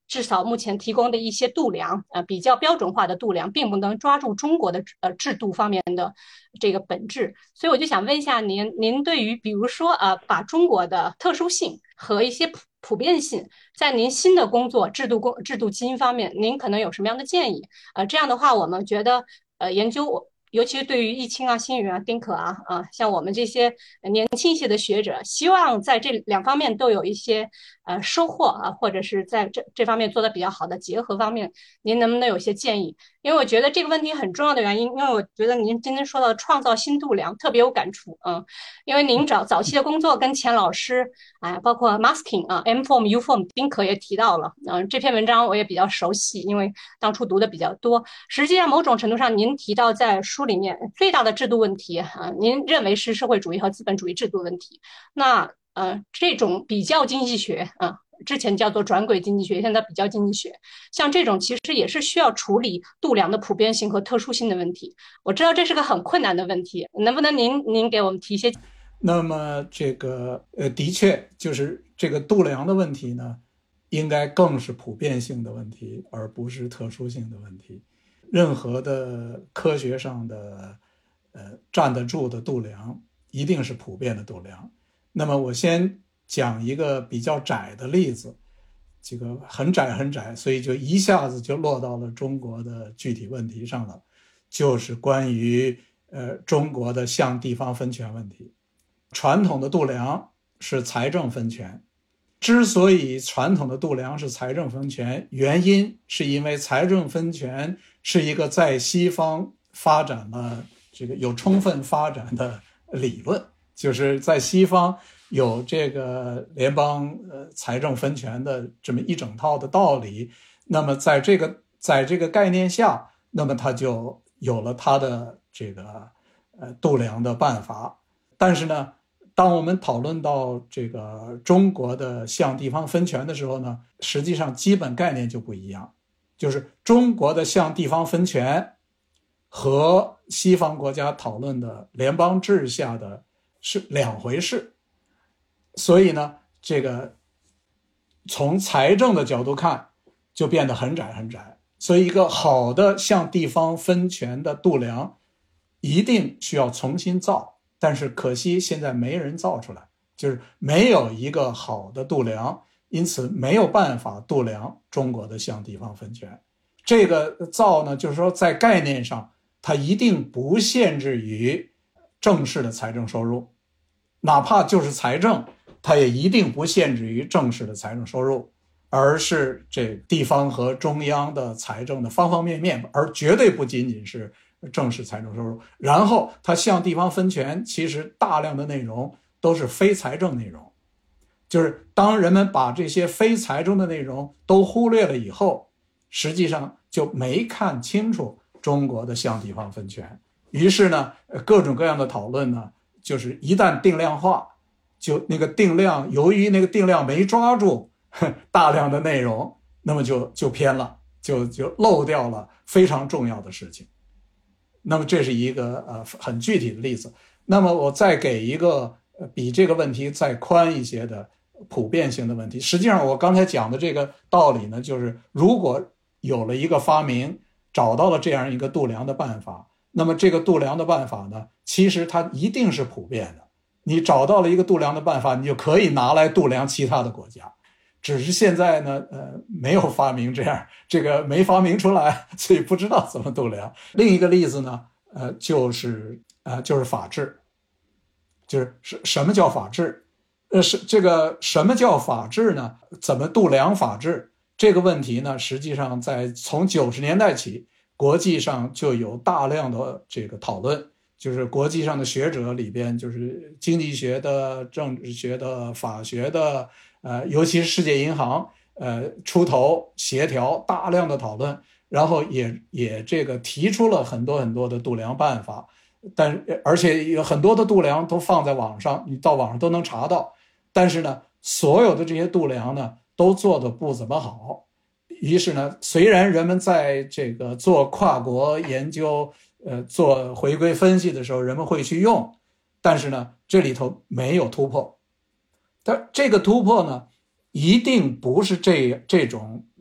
至少目前提供的一些度量，比较标准化的度量，并不能抓住中国的制度方面的这个本质。所以我就想问一下您对于比如说把中国的特殊性和一些普遍性，在您新的工作制度基因方面，您可能有什么样的建议？这样的话，我们觉得研究。尤其是对于易清啊、新宇啊、丁可像我们这些年轻一些的学者，希望在这两方面都有一些收获或者是在这方面做得比较好的结合方面，您能不能有些建议？因为我觉得这个问题很重要的原因，因为我觉得您今天说到创造新度量特别有感触因为您早期的工作跟钱老师包括 masking M-form U-form 丁可也提到了这篇文章我也比较熟悉，因为当初读的比较多。实际上某种程度上您提到在书里面最大的制度问题您认为是社会主义和资本主义制度问题。那这种比较经济学之前叫做转轨经济学，现在比较经济学，像这种其实也是需要处理度量的普遍性和特殊性的问题。我知道这是个很困难的问题，能不能您给我们提一些？ 那么这个的确就是这个度量的问题呢，应该更是普遍性的问题，而不是特殊性的问题。任何的科学上的站得住的度量，一定是普遍的度量。那么我先讲一个比较窄的例子，这个很窄，所以就一下子就落到了中国的具体问题上了，就是关于中国的向地方分权问题。传统的度量是财政分权，之所以传统的度量是财政分权，原因是因为财政分权是一个在西方发展了这个有充分发展的理论，就是在西方有这个联邦财政分权的这么一整套的道理。那么在这个概念下，那么它就有了它的这个度量的办法。但是呢，当我们讨论到这个中国的向地方分权的时候呢，实际上基本概念就不一样，就是中国的向地方分权和西方国家讨论的联邦制下的是两回事。所以呢，这个从财政的角度看就变得很窄。所以一个好的向地方分权的度量一定需要重新造，但是可惜现在没人造出来，就是没有一个好的度量，因此没有办法度量中国的向地方分权。这个造呢，就是说在概念上它一定不限制于正式的财政收入，哪怕就是财政，它也一定不限制于正式的财政收入，而是这地方和中央的财政的方方面面，而绝对不仅仅是正式财政收入。然后它向地方分权，其实大量的内容都是非财政内容，就是当人们把这些非财政的内容都忽略了以后，实际上就没看清楚中国的向地方分权。于是呢，各种各样的讨论呢，就是一旦定量化，就那个定量，由于那个定量没抓住大量的内容，那么就偏了，就漏掉了非常重要的事情。那么这是一个很具体的例子。那么我再给一个比这个问题再宽一些的普遍性的问题。实际上我刚才讲的这个道理呢，就是如果有了一个发明，找到了这样一个度量的办法，那么这个度量的办法呢，其实它一定是普遍的。你找到了一个度量的办法，你就可以拿来度量其他的国家。只是现在呢，没有发明这样，这个没发明出来，所以不知道怎么度量。另一个例子呢，就是法治，就是什么叫法治？这个什么叫法治呢？怎么度量法治？这个问题呢，实际上从90年代起，国际上就有大量的这个讨论。就是国际上的学者里边，就是经济学的、政治学的、法学的，尤其是世界银行，出头协调大量的讨论，然后也这个提出了很多很多的度量办法，而且有很多的度量都放在网上，你到网上都能查到。但是呢，所有的这些度量呢，都做得不怎么好。于是呢，虽然人们在这个做跨国研究，做回归分析的时候，人们会去用，但是呢，这里头没有突破。但这个突破呢，一定不是这种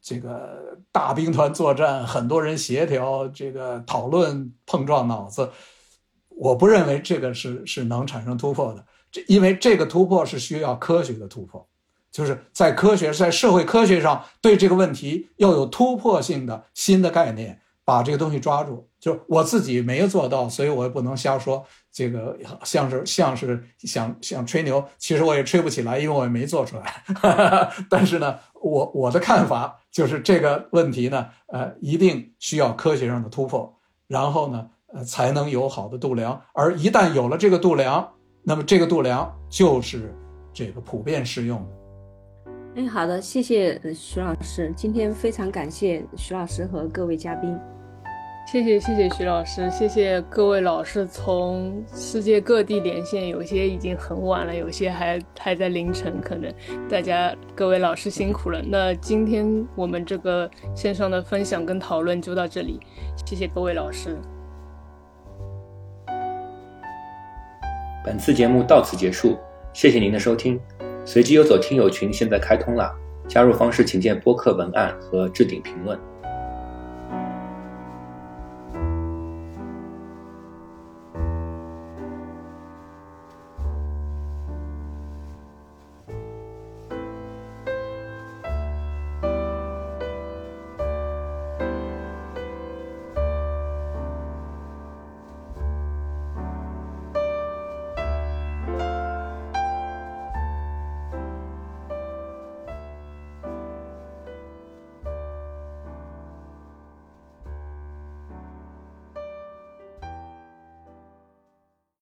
这个大兵团作战，很多人协调，这个讨论碰撞脑子，我不认为这个是能产生突破的。因为这个突破是需要科学的突破，就是在社会科学上对这个问题要有突破性的新的概念，把这个东西抓住。就是我自己没有做到，所以我也不能瞎说。这个像是想吹牛，其实我也吹不起来，因为我也没做出来。但是呢，我的看法就是这个问题呢，一定需要科学上的突破，然后呢，才能有好的度量。而一旦有了这个度量，那么这个度量就是这个普遍适用的。 好的，谢谢徐老师，今天非常感谢徐老师和各位嘉宾。 谢谢徐老师，谢谢各位老师从世界各地连线，有些已经很晚了，有些还在凌晨，可能各位老师辛苦了。那今天我们这个线上的分享跟讨论就到这里，谢谢各位老师。 本次节目到此结束，谢谢您的收听。随机游走听友群现在开通了，加入方式请见播客文案和置顶评论。